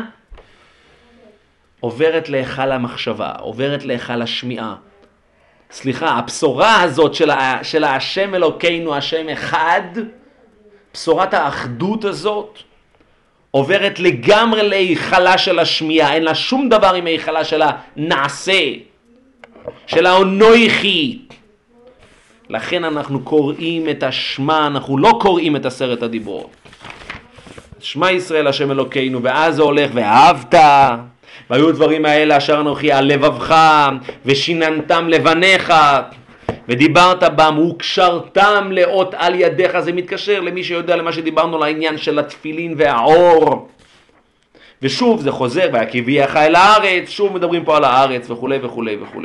עוברת להיכל המחשבה, עוברת להיכל השמיעה. סליחה, הבשורה הזאת של, ה, של השם אלוקינו השם אחד, בשורת האחדות הזאת, עוברת לגמרי להיכלה של השמיעה. אין לה שום דבר עם ההיכלה של הנעשה, של האנוכי. לכן אנחנו קוראים את השמה, אנחנו לא קוראים את עשרת הדיברות. שמה ישראל השם אלוקינו, ואז זה הולך ואהבת, והיו הדברים האלה אשר אנוכי על לבבך, ושיננתם לבניך, ודיברת בם, וקשרתם לאות על ידיך. זה מתקשר למי שיודע למה שדיברנו לעניין של התפילין והאור. ושוב זה חוזר, והקיבייך אל הארץ, שוב מדברים פה על הארץ וכו' וכו' וכו'.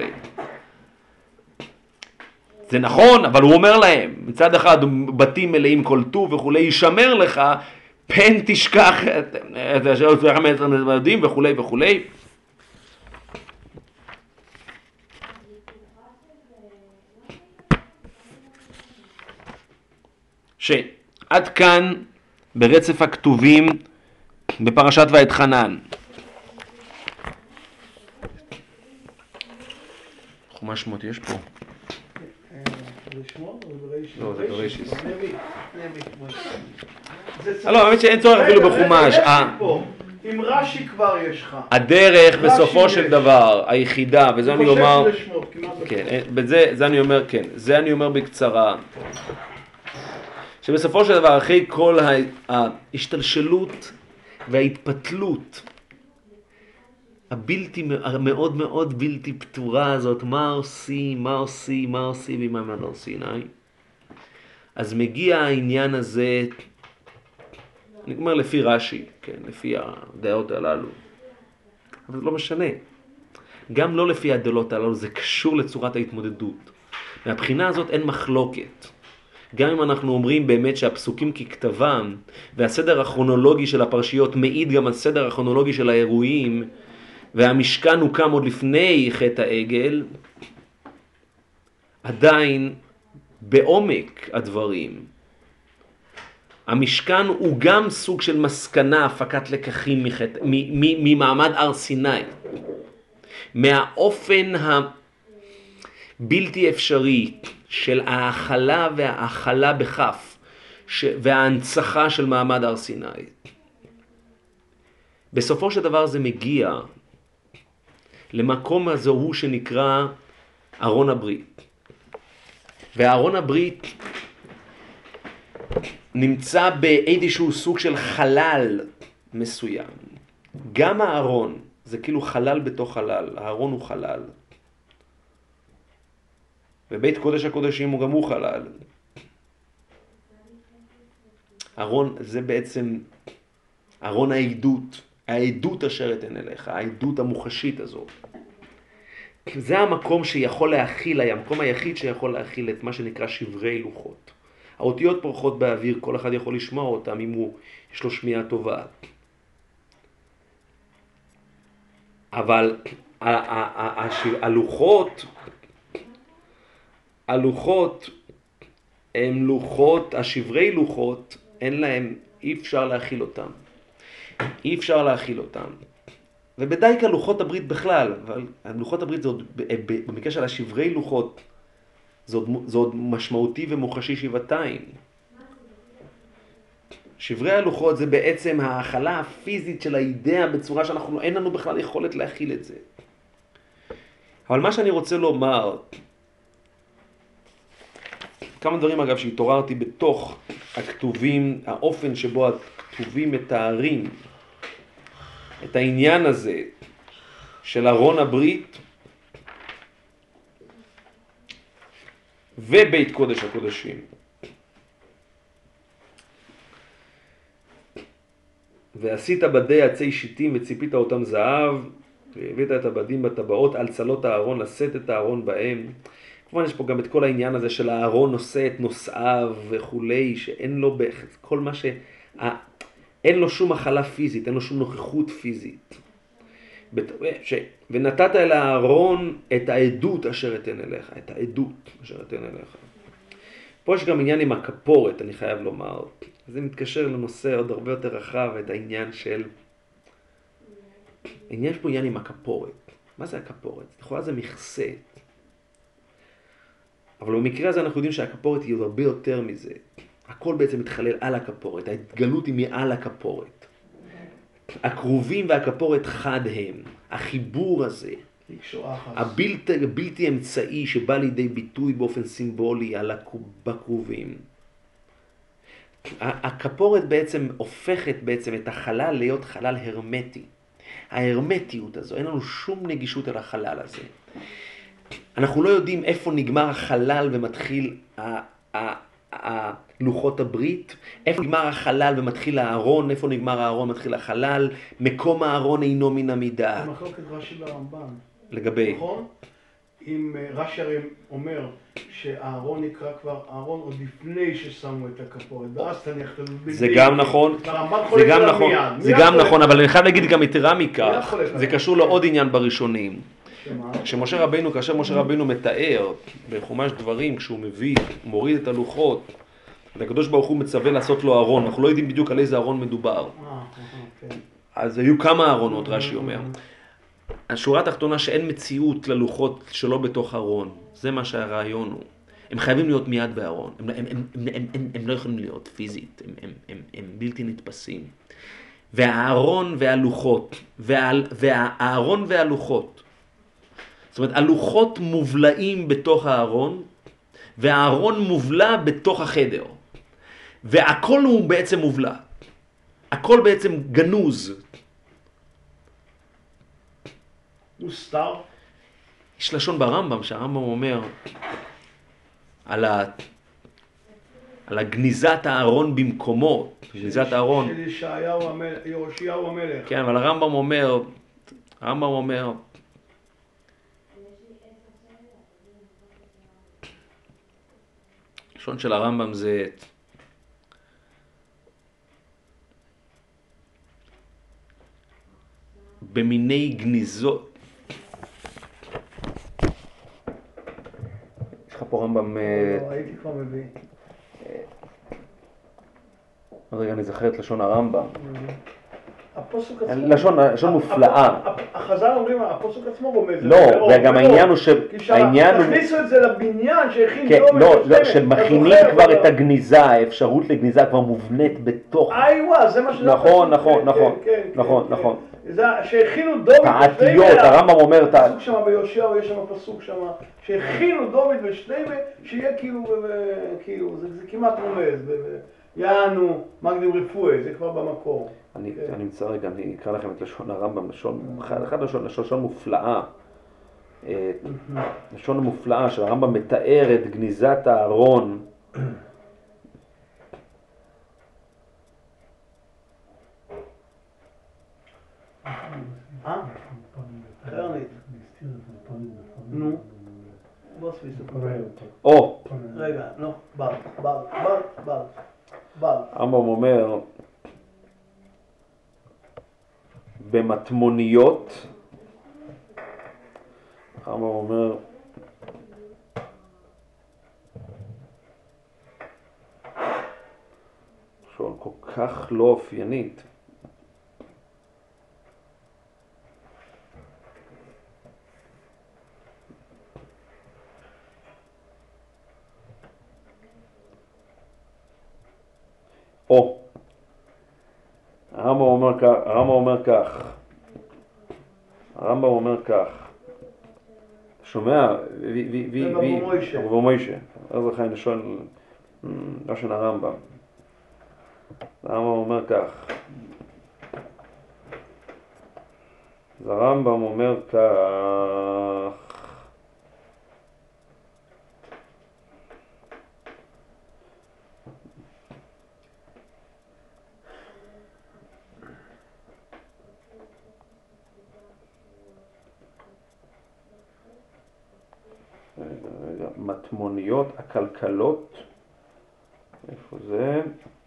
זה נכון, אבל הוא אומר להם, מצד אחד בתים מלאים כל טוב וכו', ישמר לך, פן תשכח את אשר יצאך מעץ המדים וכו' וכו'. שעד כאן ברצף הכתובים בפרשת ואתחנן. חומש שמות יש פה? לא, זה בראשיס. לא, האמת שאין צורך אפילו בחומש. עם רש"י כבר יש לך. הדרך בסופו של דבר, היחידה, וזה אני אומר, כן, זה אני אומר, כן, זה אני אומר בקצרה, שבסופו של דבר, אחרי כל ההשתלשלות וההתפתלות הבלתי, מאוד מאוד בלתי פתורה הזאת, מה עושים, מה עושים, מה עושים עם מעמד הר סיני, אז מגיע העניין הזה, אני אומר לפי רש"י, כן, לפי הדעות הללו, אבל זה לא משנה. גם לא לפי הדעות הללו, זה קשור לצורת ההתמודדות. מהבחינה הזאת אין מחלוקת. גם אם אנחנו אומרים באמת שהפסוקים ככתבם, והסדר הכרונולוגי של הפרשיות מעיד גם על סדר הכרונולוגי של האירועים, והמשכן הוקם עוד לפני חטא העגל, עדיין בעומק הדברים, המשכן הוא גם סוג של מסקנה, הפקת לקחים מחטא, ממעמד הר סיני. מהאופן הבלתי אפשרי של ההאכלה וההאכלה בכף, וההנצחה של מעמד הר סיני. בסופו של דבר זה מגיע למקום הזה הוא שנקרא ארון הברית. וארון הברית נמצא באיזשהו סוג של חלל מסוים. גם הארון זה כאילו חלל בתוך חלל, הארון הוא חלל. ובית קודש הקודשים הוא גם הוא חלל. ארון זה בעצם ארון העדות, העדות אשר אתן אליך, העדות המוחשית הזאת. זה המקום שיכול להכיל, המקום היחיד שיכול להכיל את מה שנקרא שברי לוחות. האותיות פורחות באוויר, כל אחד יכול לשמוע אותם אם הוא יש לו שמיעה טובה. אבל הלוחות, הלוחות הם לוחות, השברי לוחות, אין להם, אי אפשר להכיל אותם. אי אפשר להכיל אותם. ובדי כלוחות הברית בכלל, אבל לוחות הברית זה עוד, במקרה של השברי לוחות, זה עוד, זה עוד משמעותי ומוחשי שבעתיים. שברי הלוחות זה בעצם ההאכלה הפיזית של האידאה בצורה שאנחנו, אין לנו בכלל יכולת להכיל את זה. אבל מה שאני רוצה לומר, כמה דברים אגב שהתעוררתי בתוך הכתובים, האופן שבו הכתובים מתארים את העניין הזה של ארון הברית ובית קודש הקודשים. ועשית בדי עצי שיטים וציפית אותם זהב, והבאת את הבדים בטבעות על צלות הארון, לשאת את הארון בהם. כמובן יש פה גם את כל העניין הזה של הארון נושא את נושאיו וכולי, שאין לו כל מה ש... אין לו שום מחלה פיזית, אין לו שום נוכחות פיזית. ש... ונתת אל הארון את העדות אשר אתן אליך, את העדות אשר אתן אליך. פה יש גם עניין עם הכפורת, אני חייב לומר. זה מתקשר לנושא עוד הרבה יותר רחב, את העניין של... העניין יש פה עניין עם הכפורת. מה זה הכפורת? לכאורה זה מכסה. אבל במקרה הזה אנחנו יודעים שהכפורת היא הרבה יותר מזה. הכל בעצם מתחלל על הכפורת, ההתגלות היא מעל הכפורת. הקרובים והכפורת חד הם. החיבור הזה, הבלתי, הבלתי אמצעי שבא לידי ביטוי באופן סימבולי על הקרובים. הכפורת בעצם הופכת בעצם את החלל להיות חלל הרמטי. ההרמטיות הזו, אין לנו שום נגישות אל החלל הזה. אנחנו לא יודעים איפה נגמר החלל ומתחיל לוחות הברית, איפה נגמר החלל ומתחיל הארון, איפה נגמר הארון ומתחיל החלל, מקום הארון אינו מן המידה. זה מחלוקת רש"י והרמב"ן. לגבי. נכון? אם רש"י הרי אומר שהארון נקרא כבר ארון עוד לפני ששמו את הכפורת, ואז תניח את הלובים. זה גם נכון, זה גם נכון, זה גם נכון, אבל אני חייב להגיד גם יתרה מכך, זה קשור לעוד עניין בראשונים. כשמשה רבינו, כאשר משה רבינו מתאר בחומש דברים, כשהוא מביא, מוריד את הלוחות, הקדוש ברוך הוא מצווה לעשות לו ארון, אנחנו לא יודעים בדיוק על איזה ארון מדובר. אז היו כמה ארונות, רש"י אומר. השורה התחתונה שאין מציאות ללוחות שלא בתוך ארון, זה מה שהרעיון הוא. הם חייבים להיות מיד בארון, הם, הם, הם, הם, הם, הם, הם לא יכולים להיות פיזית, הם, הם, הם, הם בלתי נתפסים. והארון והלוחות, וה, והארון והלוחות, זאת אומרת, הלוחות מובלעים בתוך הארון, והארון מובלע בתוך החדר. והכל הוא בעצם מובלע. הכל בעצם גנוז. מוסתר. יש לשון ברמב"ם, שהרמב"ם אומר על, ה... על הגניזת הארון במקומו. גניזת הארון. של ישעיהו המלך, יהושיהו המלך. כן, אבל הרמב"ם אומר, הרמב"ם אומר, לשון של הרמב"ם זה במיני גניזות. יש לך פה רמב"ם... לא, הייתי כבר מביא. רגע, אני זוכר את לשון הרמב"ם. הפוסק עצמו... לשון מופלאה. החז"ל אומרים, הפוסק עצמו רומז. לא, וגם העניין הוא ש... תכניסו את זה לבניין שהכין דומי. לא, שמכינים כבר את הגניזה, האפשרות לגניזה כבר מובנית בתוך... איווה, זה מה שזה... נכון, נכון, נכון, נכון, נכון. זה שהכינו דומי... תעתיות, הרמב"ם אומר... פסוק שם ביהושיהו, יש שם פסוק שם, שהכינו דומי ושלמה, שיהיה כאילו, זה כמעט רומז. יענו, מקדים רפואי, זה כבר במקור. אני אמצא רגע, אני אקרא לכם את לשון הרמב"ם, אחד לשון, לשון מופלאה. לשון מופלאה של הרמב"ם מתאר את גניזת הארון. אה? חרנית. נו. בוא סביסו. או. רגע, נו, בר, בר, בר, בר. בר. הרמב"ם אומר, במטמוניות, הרמב"ם אומר, לשון כל כך לא אופיינית. או, הרמב"ם אומר כך, הרמב"ם אומר כך, הרמב"ם אומר כך, שומע? וי, וי, וי, וי, מוישה. רבו מוישה. אז לכן לשון, לשון הרמב"ם. הרמב"ם אומר כך. אז הרמב"ם אומר כך. מטמוניות, הכלכלות, איפה זה?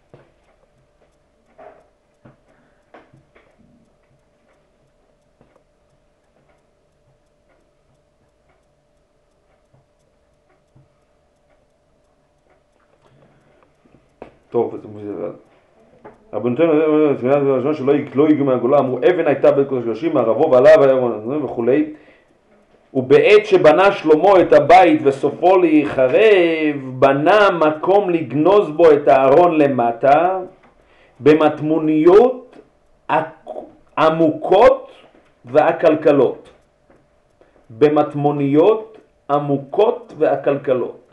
טוב, רבנותינו שלא הגיעו מהגולה, אמרו אבן הייתה בית קודש הקודשים, מערבו ועליו היה וכולי. ובעת שבנה שלמה את הבית וסופו להיחרב, בנה מקום לגנוז בו את הארון למטה, במטמוניות עמוקות והכלכלות. במטמוניות עמוקות והכלכלות.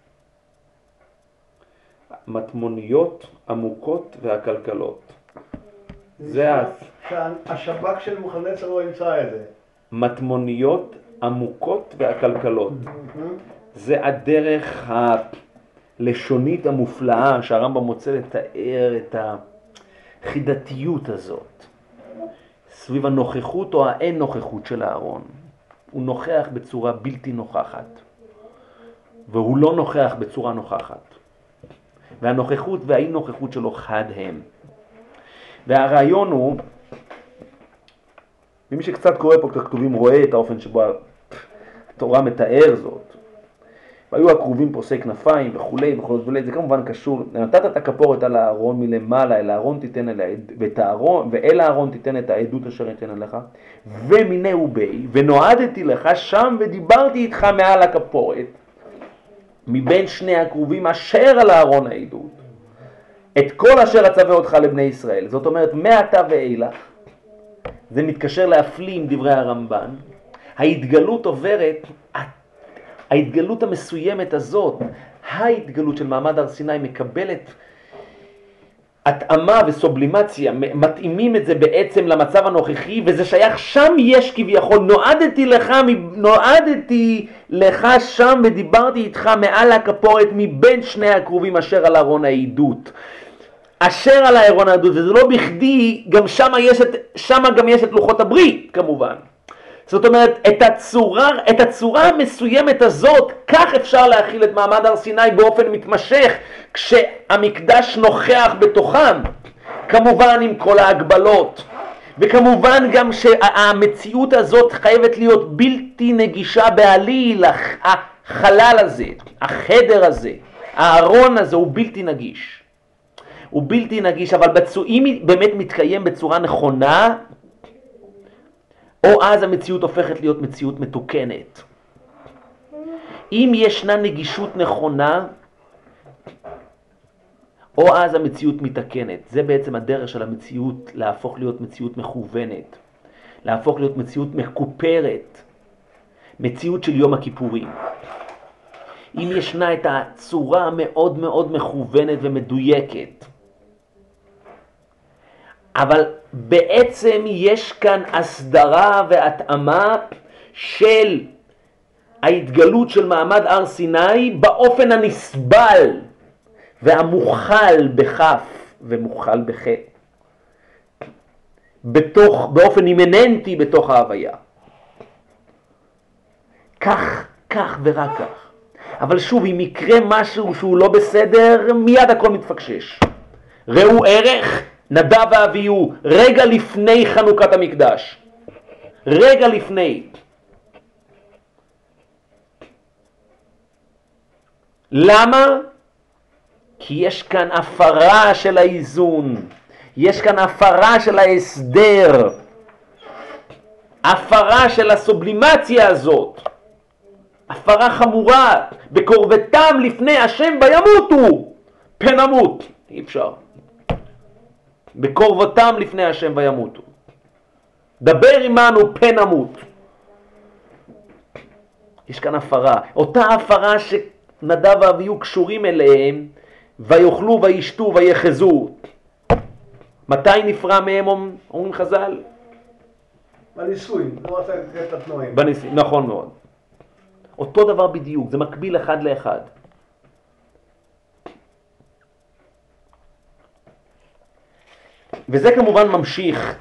מטמוניות עמוקות והכלכלות. זה השב"כ של מוחנצר לא ימצא את זה. מטמוניות עמוקות והכלכלות. זה הדרך הלשונית המופלאה שהרמב"ם מוצא לתאר את החידתיות הזאת סביב הנוכחות או האין נוכחות של הארון. הוא נוכח בצורה בלתי נוכחת והוא לא נוכח בצורה נוכחת, והנוכחות והאי נוכחות שלו חד הם. והרעיון הוא, ומי שקצת קורא פה את הכתובים רואה את האופן שבו התורה מתאר זאת. והיו הקרובים פרוסי כנפיים וכולי וכולי וכולי. זה כמובן קשור. נתת את הכפורת על הארון מלמעלה, אל הארון תיתן אל העד, ואת הארון, ואל הארון תיתן את העדות אשר ניתן עליך. ומיני ובי, ונועדתי לך שם ודיברתי איתך מעל הכפורת, מבין שני הקרובים אשר על הארון העדות. את כל אשר אצווה אותך לבני ישראל. זאת אומרת, מעתה ואילך. זה מתקשר להפליא עם דברי הרמב"ן. ההתגלות עוברת, ההתגלות המסוימת הזאת, ההתגלות של מעמד הר סיני מקבלת התאמה וסובלימציה, מתאימים את זה בעצם למצב הנוכחי, וזה שייך, שם יש כביכול, נועדתי לך, נועדתי לך שם ודיברתי איתך מעל הכפורת מבין שני הקרובים אשר על ארון העדות. אשר על הארון העדות, וזה לא בכדי, גם שם יש את, שם גם יש את לוחות הברית, כמובן. זאת אומרת, את הצורה, את הצורה המסוימת הזאת, כך אפשר להכיל את מעמד הר סיני באופן מתמשך, כשהמקדש נוכח בתוכם, כמובן עם כל ההגבלות, וכמובן גם שהמציאות הזאת חייבת להיות בלתי נגישה בעליל, החלל הזה, החדר הזה, הארון הזה הוא בלתי נגיש. הוא בלתי נגיש, אבל בצו... אם באמת מתקיים בצורה נכונה, או אז המציאות הופכת להיות מציאות מתוקנת. אם ישנה נגישות נכונה, או אז המציאות מתקנת. זה בעצם הדרך של המציאות להפוך להיות מציאות מכוונת, להפוך להיות מציאות מקופרת, מציאות של יום הכיפורים. אם ישנה את הצורה המאוד מאוד מכוונת ומדויקת, אבל בעצם יש כאן הסדרה והתאמה של ההתגלות של מעמד הר סיני באופן הנסבל והמוכל בכף ומוכל בחטא, בתוך, באופן אימננטי בתוך ההוויה. כך, כך ורק כך. אבל שוב, אם יקרה משהו שהוא לא בסדר, מיד הכל מתפקשש. ראו ערך נדב ואביהו, רגע לפני חנוכת המקדש. רגע לפני. למה? כי יש כאן הפרה של האיזון. יש כאן הפרה של ההסדר. הפרה של הסובלימציה הזאת. הפרה חמורה. בקרבתם לפני השם וימותו. פן אמות. אי אפשר. בקרבתם לפני השם וימותו. דבר עמנו פן אמות. יש כאן הפרה. אותה הפרה שנדב ואביהו קשורים אליהם, ויאכלו וישתו ויחזו. מתי נפרע מהם, אומרים חז"ל? בניסויים, לא רוצה את התנועים. בניסויים, נכון מאוד. אותו דבר בדיוק, זה מקביל אחד לאחד. וזה כמובן ממשיך.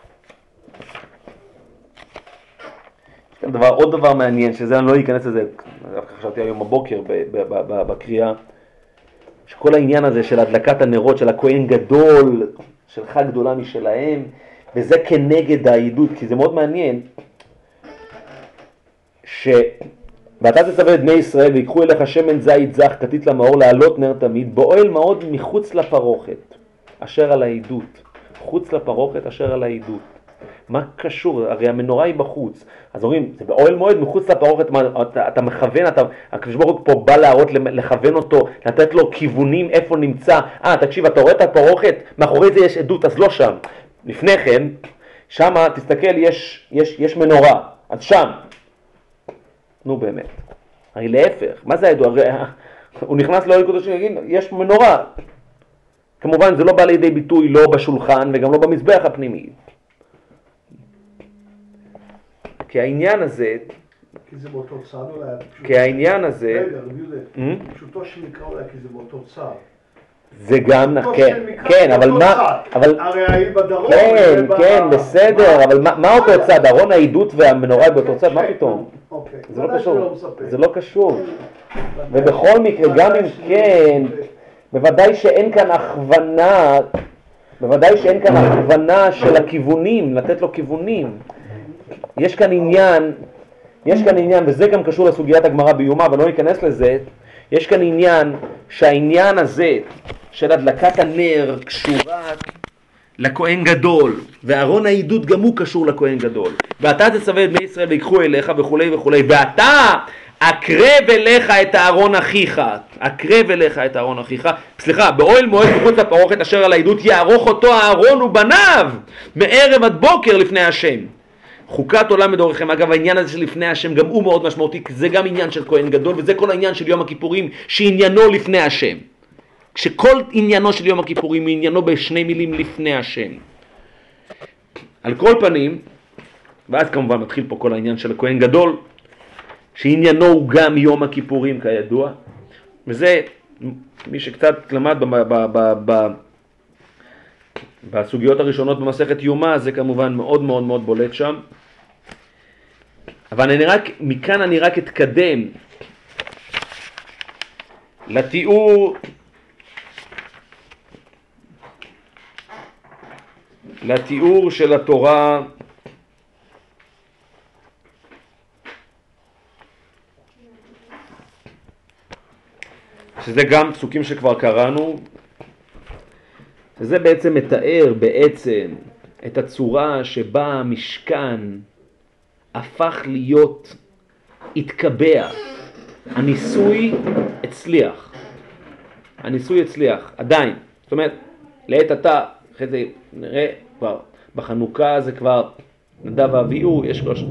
יש כאן דבר, עוד דבר מעניין, שזה אני לא אכנס לזה, חשבתי היום בבוקר בקריאה, שכל העניין הזה של הדלקת הנרות של הכהן גדול, של חג גדולה משלהם, וזה כנגד העידוד, כי זה מאוד מעניין, ש... ואתה תצווה את בני ישראל ויקחו אליך שמן זית זך כתית למאור לעלות נר תמיד באוהל מאוד מחוץ לפרוכת אשר על העידות, חוץ לפרוכת אשר על העידות. מה קשור? הרי המנורה היא בחוץ, אז אומרים זה באוהל מועד מחוץ לפרוכת. אתה, אתה מכוון, אתה, הקדוש ברוך הוא פה בא להראות, לכוון אותו, לתת לו כיוונים איפה נמצא. אה תקשיב, אתה רואה את הפרוכת, מאחורי זה יש עדות, אז לא שם. לפני כן, שם תסתכל, יש, יש, יש מנורה, אז שם. נו באמת, הרי להפך, מה זה העדות? הרי הוא נכנס לאוהל קודשים, יגיד, יש מנורה. כמובן זה לא בא לידי ביטוי לא בשולחן וגם לא במזבח הפנימי. כי העניין הזה, כי זה באותו צד אולי, כי העניין הזה, רגע, רבי יהודה, פשוטו שנקרא אולי כי זה באותו צד. זה גם, כן, כן, אבל מה, אבל, הרי היא בדרום, כן, כן, בסדר, אבל מה אותו צד? ארון העידות והמנורה באותו צד, מה פתאום? זה לא קשור, זה לא קשור. ובכל מקרה, גם אם כן, בוודאי שאין כאן הכוונה, בוודאי שאין כאן הכוונה של הכיוונים, לתת לו כיוונים. יש כאן עניין, יש כאן עניין, וזה גם קשור לסוגיית הגמרא ביומא, אבל לא ניכנס לזה. יש כאן עניין שהעניין הזה של הדלקת הנר קשורה לכהן גדול, וארון העידות גם הוא קשור לכהן גדול. ואתה תצווה את בני ישראל ויקחו אליך וכולי וכולי, ואתה אקרב אליך את הארון אחיך, אקרב אליך את הארון אחיך, סליחה, באוהל מועד מחוץ לפרוכת אשר על העידות יערוך אותו הארון ובניו מערב עד בוקר לפני השם. חוקת עולם מדוריכם. אגב, העניין הזה של לפני השם גם הוא מאוד משמעותי, כי זה גם עניין של כהן גדול, וזה כל העניין של יום הכיפורים שעניינו לפני השם. כשכל עניינו של יום הכיפורים עניינו בשני מילים לפני השם. על כל פנים, ואז כמובן מתחיל פה כל העניין של הכהן גדול, שעניינו הוא גם יום הכיפורים כידוע, וזה מי שקצת למד ב- ב- ב- ב- בסוגיות הראשונות במסכת יומא, זה כמובן מאוד מאוד מאוד בולט שם. אבל אני רק, מכאן אני רק אתקדם לתיאור, לתיאור של התורה שזה גם פסוקים שכבר קראנו, וזה בעצם מתאר בעצם את הצורה שבה המשכן הפך להיות התקבע. הניסוי הצליח. הניסוי הצליח, עדיין. זאת אומרת, לעת עתה, אחרי זה נראה כבר, בחנוכה זה כבר נדב ואביהו, יש כבר...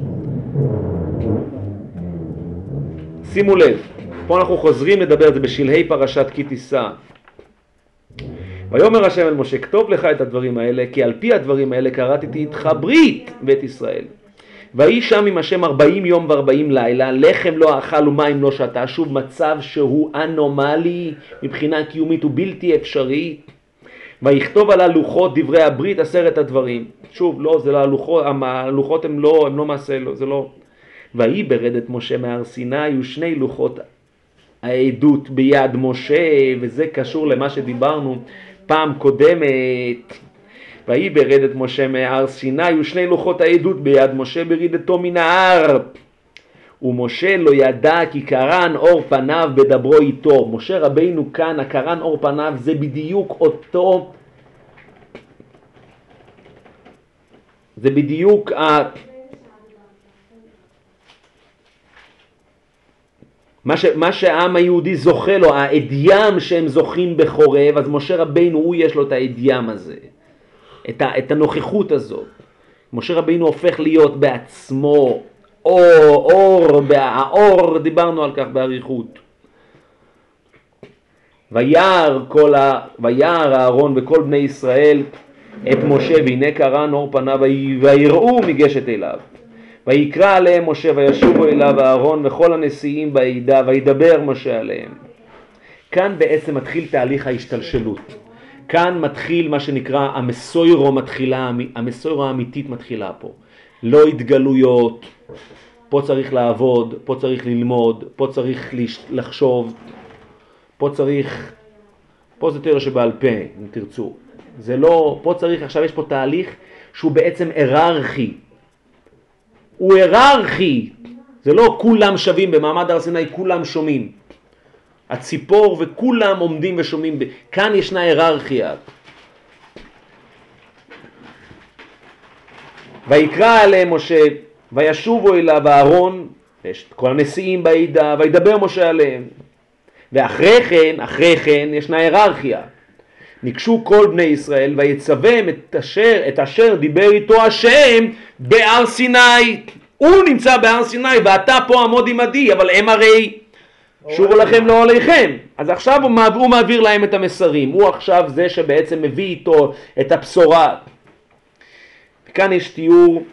שימו לב, פה אנחנו חוזרים לדבר את זה בשלהי פרשת כי תישא. ויאמר השם אל משה, כתוב לך את הדברים האלה, כי על פי הדברים האלה קראתי איתך ברית ואת ישראל. ויהי שם עם השם ארבעים יום וארבעים לילה, לחם לא אכל ומים לא שתה, שוב מצב שהוא אנומלי מבחינה קיומית ובלתי אפשרי. ויכתוב על הלוחות דברי הברית עשרת הדברים. שוב, לא, זה לא הלוחות, הלוחות הם לא, הם לא מעשה, לא, זה לא. ויהי ברד את משה מהר סיני ושני לוחות העדות ביד משה, וזה קשור למה שדיברנו פעם קודמת. ויהי ברד את משה מהר סיני ושני לוחות העדות ביד משה ברידתו מן ההר. ומשה לא ידע כי קרן אור פניו בדברו איתו. משה רבינו כאן, הקרן אור פניו זה בדיוק אותו, זה בדיוק ה... מה, ש... מה שהעם היהודי זוכה לו, האדיים שהם זוכים בחורב, אז משה רבינו הוא יש לו את האדיים הזה, את, ה... את הנוכחות הזאת. משה רבינו הופך להיות בעצמו אור, אור, האור, דיברנו על כך באריכות. וירא כל ה... וירא אהרון וכל בני ישראל את משה, והנה קרן אור פניו ויראו מגשת אליו. ויקרא עליהם משה וישובו אליו אהרון וכל הנשיאים בעדה, וידבר משה עליהם. כאן בעצם מתחיל תהליך ההשתלשלות. כאן מתחיל מה שנקרא המסוירו מתחילה, המסוירו האמיתית מתחילה פה. לא התגלויות, פה צריך לעבוד, פה צריך ללמוד, פה צריך לחשוב, פה צריך, פה זה תיאור שבעל פה, אם תרצו. זה לא, פה צריך, עכשיו יש פה תהליך שהוא בעצם היררכי. הוא היררכי. זה לא כולם שווים במעמד הר סיני, כולם שומעים. הציפור וכולם עומדים ושומעים. כאן ישנה היררכיה. ויקרא עליהם משה, וישובו אליו אהרון, יש כל הנשיאים בעדה, וידבר משה עליהם. ואחרי כן, אחרי כן ישנה היררכיה. ניגשו כל בני ישראל ויצווהם את אשר, את אשר דיבר איתו השם בהר סיני. הוא נמצא בהר סיני ואתה פה עמוד עמדי, אבל הם הרי שובו לכם לא עליכם. אז עכשיו הוא מעביר, הוא מעביר להם את המסרים. הוא עכשיו זה שבעצם מביא איתו את הבשורה. כאן יש תיאור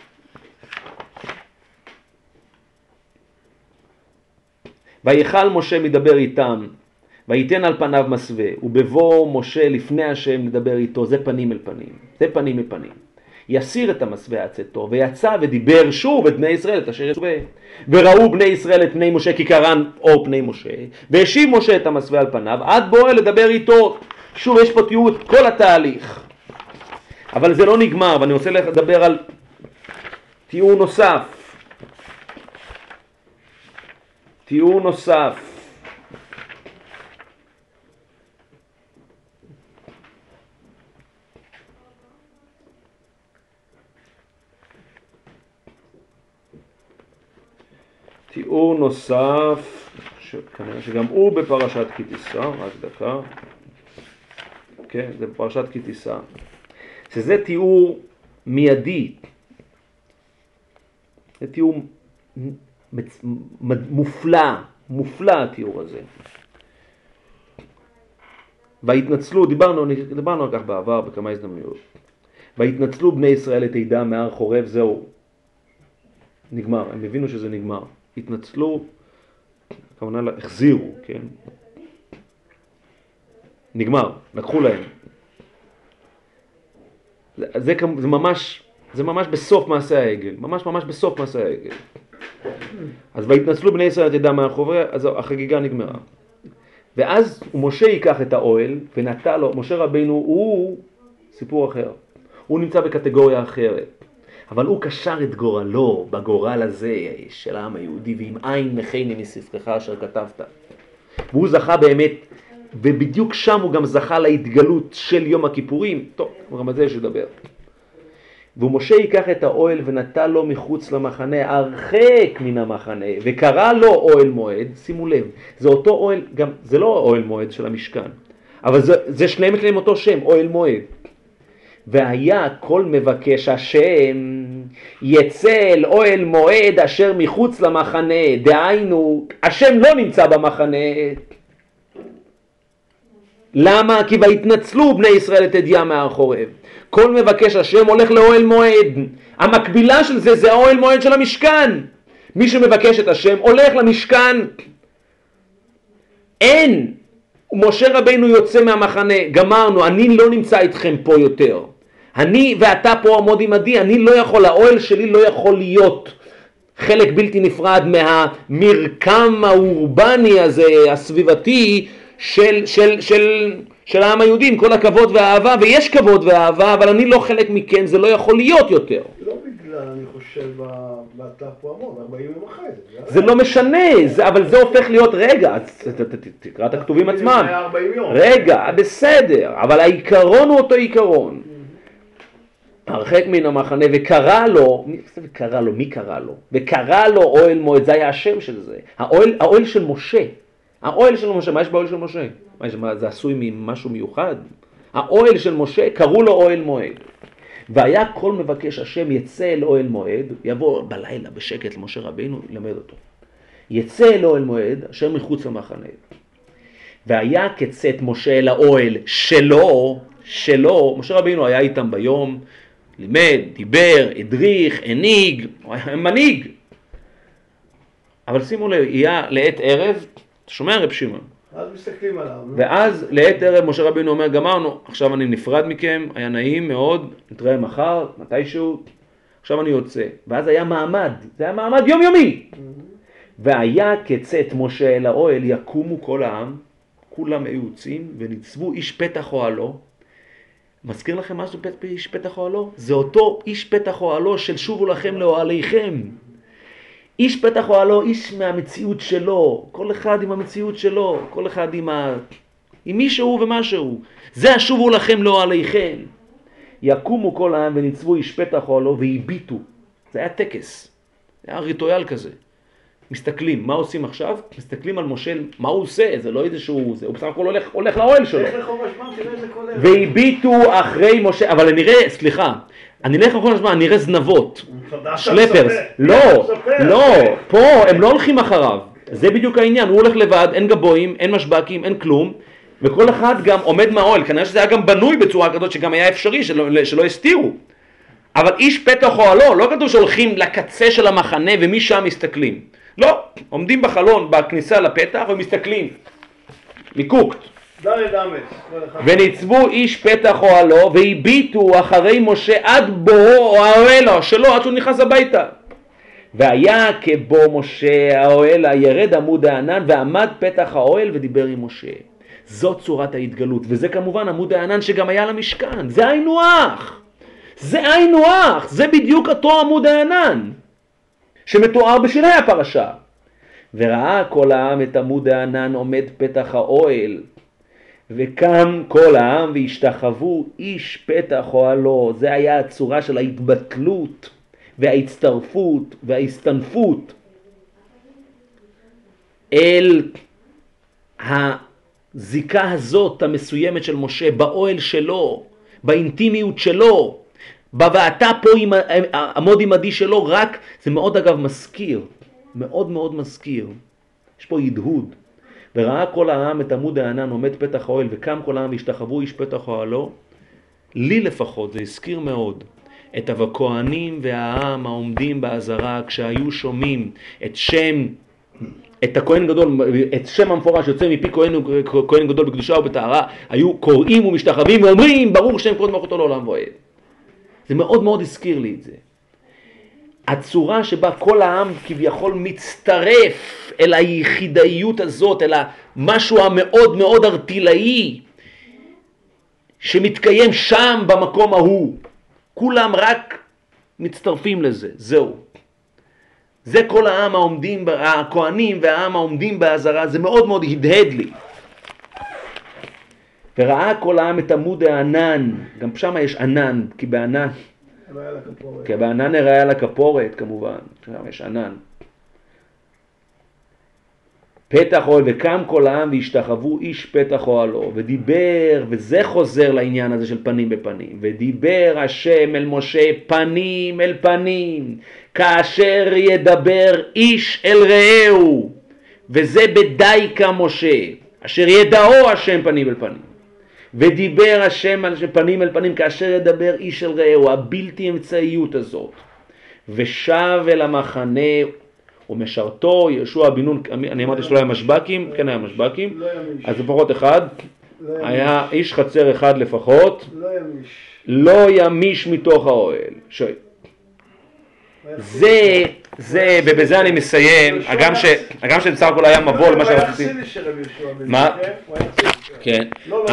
ויחל משה מדבר איתם, ויתן על פניו מסווה, ובבוא משה לפני השם לדבר איתו, זה פנים אל פנים, זה פנים אל פנים. יסיר את המסווה עצתו, ויצא ודיבר שוב את בני ישראל, את אשר יצווה. וראו בני ישראל את פני משה, כי קרן אור פני משה, והשיב משה את המסווה על פניו, עד בוא לדבר איתו. שוב יש פה תיאור את כל התהליך. אבל זה לא נגמר, ואני רוצה לדבר על תיאור נוסף. תיאור נוסף. תיאור נוסף, כנראה שגם הוא בפרשת כי תישא, רק דקה. כן, זה בפרשת כי תישא. שזה תיאור מיידי. זה תיאור מופלא, מופלא התיאור הזה. והתנצלו, דיברנו, דיברנו על כך בעבר בכמה הזדמנויות. והתנצלו בני ישראל את עדה מהר חורב, זהו. נגמר, הם הבינו שזה נגמר. התנצלו, כמובן החזירו, כן? נגמר, לקחו להם. זה, זה, זה ממש, זה ממש בסוף מעשה העגל, ממש ממש בסוף מעשה העגל. אז והתנצלו בני ישראל את ידם מהחורב, אז החגיגה נגמרה. ואז משה ייקח את האוהל ונטע לו, משה רבינו הוא סיפור אחר. הוא נמצא בקטגוריה אחרת. אבל הוא קשר את גורלו בגורל הזה של העם היהודי, ועם עין מכני מספרך אשר כתבת. והוא זכה באמת, ובדיוק שם הוא גם זכה להתגלות של יום הכיפורים. טוב, גם על זה יש לדבר. ומשה ייקח את האוהל ונטע לו מחוץ למחנה, הרחק מן המחנה, וקרא לו אוהל מועד. שימו לב, זה אותו אוהל, גם זה לא אוהל מועד של המשכן, אבל זה, זה שניהם להם אותו שם, אוהל מועד. והיה כל מבקש השם יצא אל אוהל מועד אשר מחוץ למחנה, דהיינו השם לא נמצא במחנה. למה? כי והתנצלו בני ישראל את עדיה מהר חורב. כל מבקש השם הולך לאוהל מועד. המקבילה של זה זה האוהל מועד של המשכן. מי שמבקש את השם הולך למשכן. אין. משה רבינו יוצא מהמחנה, גמרנו, אני לא נמצא איתכם פה יותר. אני ואתה פה עמוד עמדי, אני לא יכול, האוהל שלי לא יכול להיות חלק בלתי נפרד מהמרקם האורבני הזה, הסביבתי של, של, של, של העם היהודי, עם כל הכבוד והאהבה, ויש כבוד ואהבה, אבל אני לא חלק מכם, זה לא יכול להיות יותר. לא בגלל, אני חושב, ואתה פה עמוד, ארבעים יום אחרי זה. זה לא משנה, זה, אבל זה הופך להיות, רגע, תקרא את הכתובים עצמם. רגע, בסדר, אבל העיקרון הוא אותו עיקרון. הרחק מן המחנה, וקרא לו, מי קרא לו? מי קרא לו? וקרא לו אוהל מועד, זה היה השם של זה. האוהל, האוהל של משה. האוהל של משה, מה יש באוהל של משה? מה יש, מה, זה עשוי ממשהו מיוחד? האוהל של משה, קראו לו אוהל מועד. והיה כל מבקש השם יצא אל אוהל מועד, יבוא בלילה בשקט למשה רבינו, ילמד אותו. יצא אל אוהל מועד, אשר מחוץ למחנה. והיה כצאת משה אל האוהל שלו, שלו, משה רבינו היה איתם ביום, לימד, דיבר, הדריך, הניג, הוא היה מנהיג. אבל שימו לב, יהיה לעת ערב, אתה שומע רב שמעון? אז מסתכלים עליו. ואז לעת ערב משה רבינו אומר, גמרנו, עכשיו אני נפרד מכם, היה נעים מאוד, נתראה מחר, מתישהו, עכשיו אני יוצא. ואז היה מעמד, זה היה מעמד יומיומי. והיה כצאת משה אל האוהל, יקומו כל העם, כולם היו יוצאים וניצבו איש פתח אוהלו. מזכיר לכם מה זה איש פתח אוהלו? זה אותו איש פתח אוהלו של שובו לכם לאוהליכם. איש פתח אוהלו, איש מהמציאות שלו, כל אחד עם המציאות שלו, כל אחד עם, ה... עם מישהו ומשהו. זה השובו לכם לאוהליכם. יקומו כל העם וניצבו איש פתח אוהלו והביטו. זה היה טקס, זה היה ריטואל כזה. מסתכלים, מה עושים עכשיו? מסתכלים על משה, מה הוא עושה? זה לא איזשהו, זה, הוא בסך הכל הולך, הולך לאוהל שלו. והביטו אחרי משה, אבל אני נראה, סליחה, אני נלך לכל הזמן, אני נראה זנבות, שלפרס, לא, לא, פה הם לא הולכים אחריו, זה בדיוק העניין, הוא הולך לבד, אין גבוהים, אין משבקים, אין כלום, וכל אחד גם עומד מהאוהל, כנראה שזה היה גם בנוי בצורה כזאת שגם היה אפשרי, שלא, שלא הסתירו. אבל איש פתח אוהלו, לא כתוב שהולכים לקצה של המחנה ומשם מסתכלים. לא, עומדים בחלון, בכניסה לפתח ומסתכלים. מקוקט. וניצבו איש פתח אוהלו והביטו אחרי משה עד בואו האוהלה שלו, עד שהוא נכנס הביתה. והיה כבוא משה האוהלה ירד עמוד הענן ועמד פתח האוהל ודיבר עם משה. זאת צורת ההתגלות, וזה כמובן עמוד הענן שגם היה למשכן. זה היינו אח. זה היינו אח. זה בדיוק אותו עמוד הענן. שמתואר בשלהי הפרשה. וראה כל העם את עמוד הענן עומד פתח האוהל, וקם כל העם והשתחוו איש פתח אוהלו. זה היה הצורה של ההתבטלות וההצטרפות וההסתנפות אל הזיקה הזאת המסוימת של משה באוהל שלו, באינטימיות שלו, בבעתה פה עם עמוד עמדי שלו. רק זה מאוד אגב מזכיר, מאוד מאוד מזכיר, יש פה הדהוד. וראה כל העם את עמוד הענן עומד פתח האוהל, וקם כל העם והשתחוו איש פתח אוהלו. לי לפחות זה הזכיר מאוד את הכהנים והעם העומדים בעזרה כשהיו שומעים את שם, את הכהן גדול, את שם המפורש יוצא מפי כהן, כהן גדול בקדושה ובטהרה, היו קוראים ומשתחווים ואומרים ברוך שם כבוד מלכותו לעולם ועד. זה מאוד מאוד הזכיר לי את זה. הצורה שבה כל העם כביכול מצטרף אל היחידאיות הזאת, אל המשהו המאוד מאוד ארטילאי שמתקיים שם במקום ההוא. כולם רק מצטרפים לזה, זהו. זה כל העם העומדים, הכהנים והעם העומדים בעזרה, זה מאוד מאוד הדהד לי. וראה כל העם את עמוד הענן, גם שם יש ענן, כי בענן, כי בענן הראה על הכפורת כמובן, שם יש ענן. פתח אוהל, וקם כל העם והשתחוו איש פתח אוהלו, ודיבר, וזה חוזר לעניין הזה של פנים בפנים, ודיבר השם אל משה פנים אל פנים, כאשר ידבר איש אל רעהו, וזה בדייקה משה, אשר ידעו השם פנים אל פנים. ודיבר השם על פנים אל פנים כאשר ידבר איש אל רעהו, הבלתי אמצעיות הזאת. ושב אל המחנה ומשרתו יהושע בן נון, אני אמרתי שלא היה משבקים, כן היה משבקים, אז לפחות אחד, היה איש חצר אחד לפחות, לא ימיש מתוך האוהל. זה, זה, ובזה אני מסיים, הגם שבסך הכל היה מבוא למה שרציתי. מה? כן.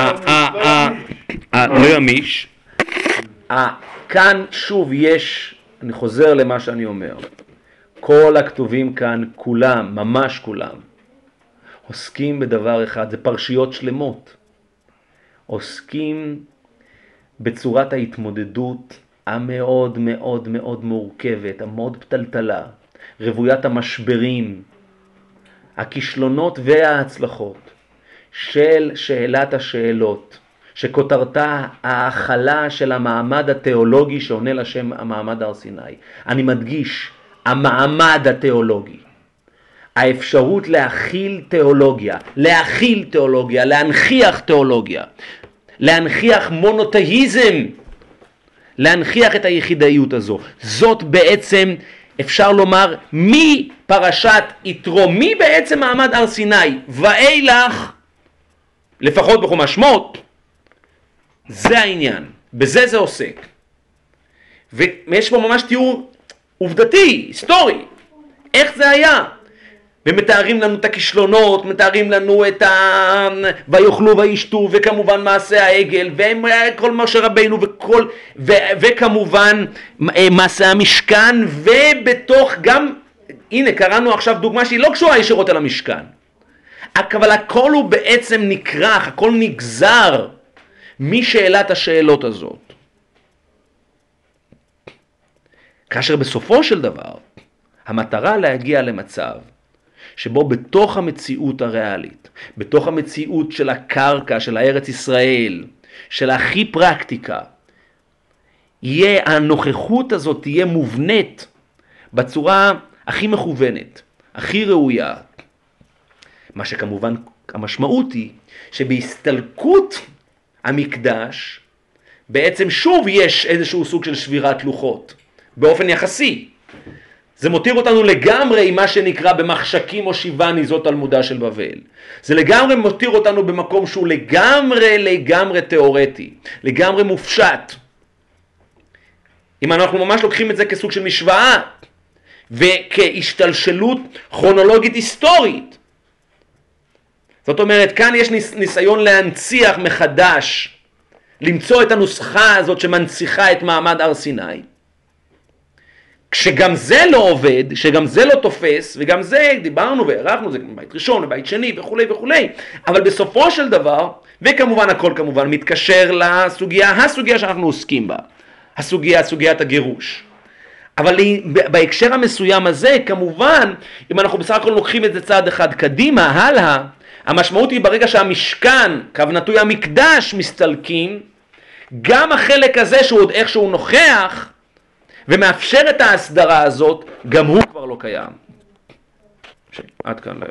לא ימיש. כאן שוב יש, אני חוזר למה שאני אומר, כל הכתובים כאן, כולם, ממש כולם, עוסקים בדבר אחד, זה פרשיות שלמות. עוסקים בצורת ההתמודדות המאוד מאוד מאוד מורכבת, המאוד פתלתלה, רוויית המשברים, הכישלונות וההצלחות של שאלת השאלות, שכותרתה ההכלה של המעמד התיאולוגי שעונה לשם המעמד הר סיני. אני מדגיש, המעמד התיאולוגי. האפשרות להכיל תיאולוגיה, להכיל תיאולוגיה, להנכיח תיאולוגיה, להנכיח מונותאיזם, להנכיח את היחידאיות הזו. זאת בעצם, אפשר לומר, מפרשת יתרו, מי בעצם מעמד הר סיני, ואילך, לפחות בחומש שמות, זה העניין, בזה זה עוסק. ויש פה ממש תיאור עובדתי, היסטורי, איך זה היה. ומתארים לנו את הכישלונות, מתארים לנו את ה... ויאכלו וישתו, וכמובן מעשה העגל, וכל משה רבינו, וכל... ו... וכמובן מעשה המשכן, ובתוך גם, הנה קראנו עכשיו דוגמה שהיא לא קשורה ישירות על המשכן, אבל הכל הוא בעצם נקרח, הכל נגזר משאלת השאלות הזאת. כאשר בסופו של דבר, המטרה להגיע למצב, שבו בתוך המציאות הריאלית, בתוך המציאות של הקרקע, של הארץ ישראל, של הכי פרקטיקה, יהיה, הנוכחות הזאת תהיה מובנית בצורה הכי מכוונת, הכי ראויה. מה שכמובן המשמעות היא שבהסתלקות המקדש, בעצם שוב יש איזשהו סוג של שבירת לוחות, באופן יחסי. זה מותיר אותנו לגמרי עם מה שנקרא במחשכים או שיבני, זאת תלמודה של בבל. זה לגמרי מותיר אותנו במקום שהוא לגמרי לגמרי תיאורטי, לגמרי מופשט. אם אנחנו ממש לוקחים את זה כסוג של משוואה, וכהשתלשלות כרונולוגית היסטורית. זאת אומרת, כאן יש ניסיון להנציח מחדש, למצוא את הנוסחה הזאת שמנציחה את מעמד הר סיני. כשגם זה לא עובד, שגם זה לא תופס, וגם זה דיברנו והערכנו, זה בית ראשון ובית שני וכו' וכו', אבל בסופו של דבר, וכמובן הכל כמובן מתקשר לסוגיה, הסוגיה שאנחנו עוסקים בה, הסוגיה, סוגיית הגירוש. אבל בהקשר המסוים הזה, כמובן, אם אנחנו בסך הכל לוקחים את זה צעד אחד קדימה, הלאה, המשמעות היא ברגע שהמשכן, כוונתו המקדש מסתלקים, גם החלק הזה שהוא עוד איכשהו נוכח, ומאפשר את ההסדרה הזאת, גם הוא כבר לא קיים. עד כאן.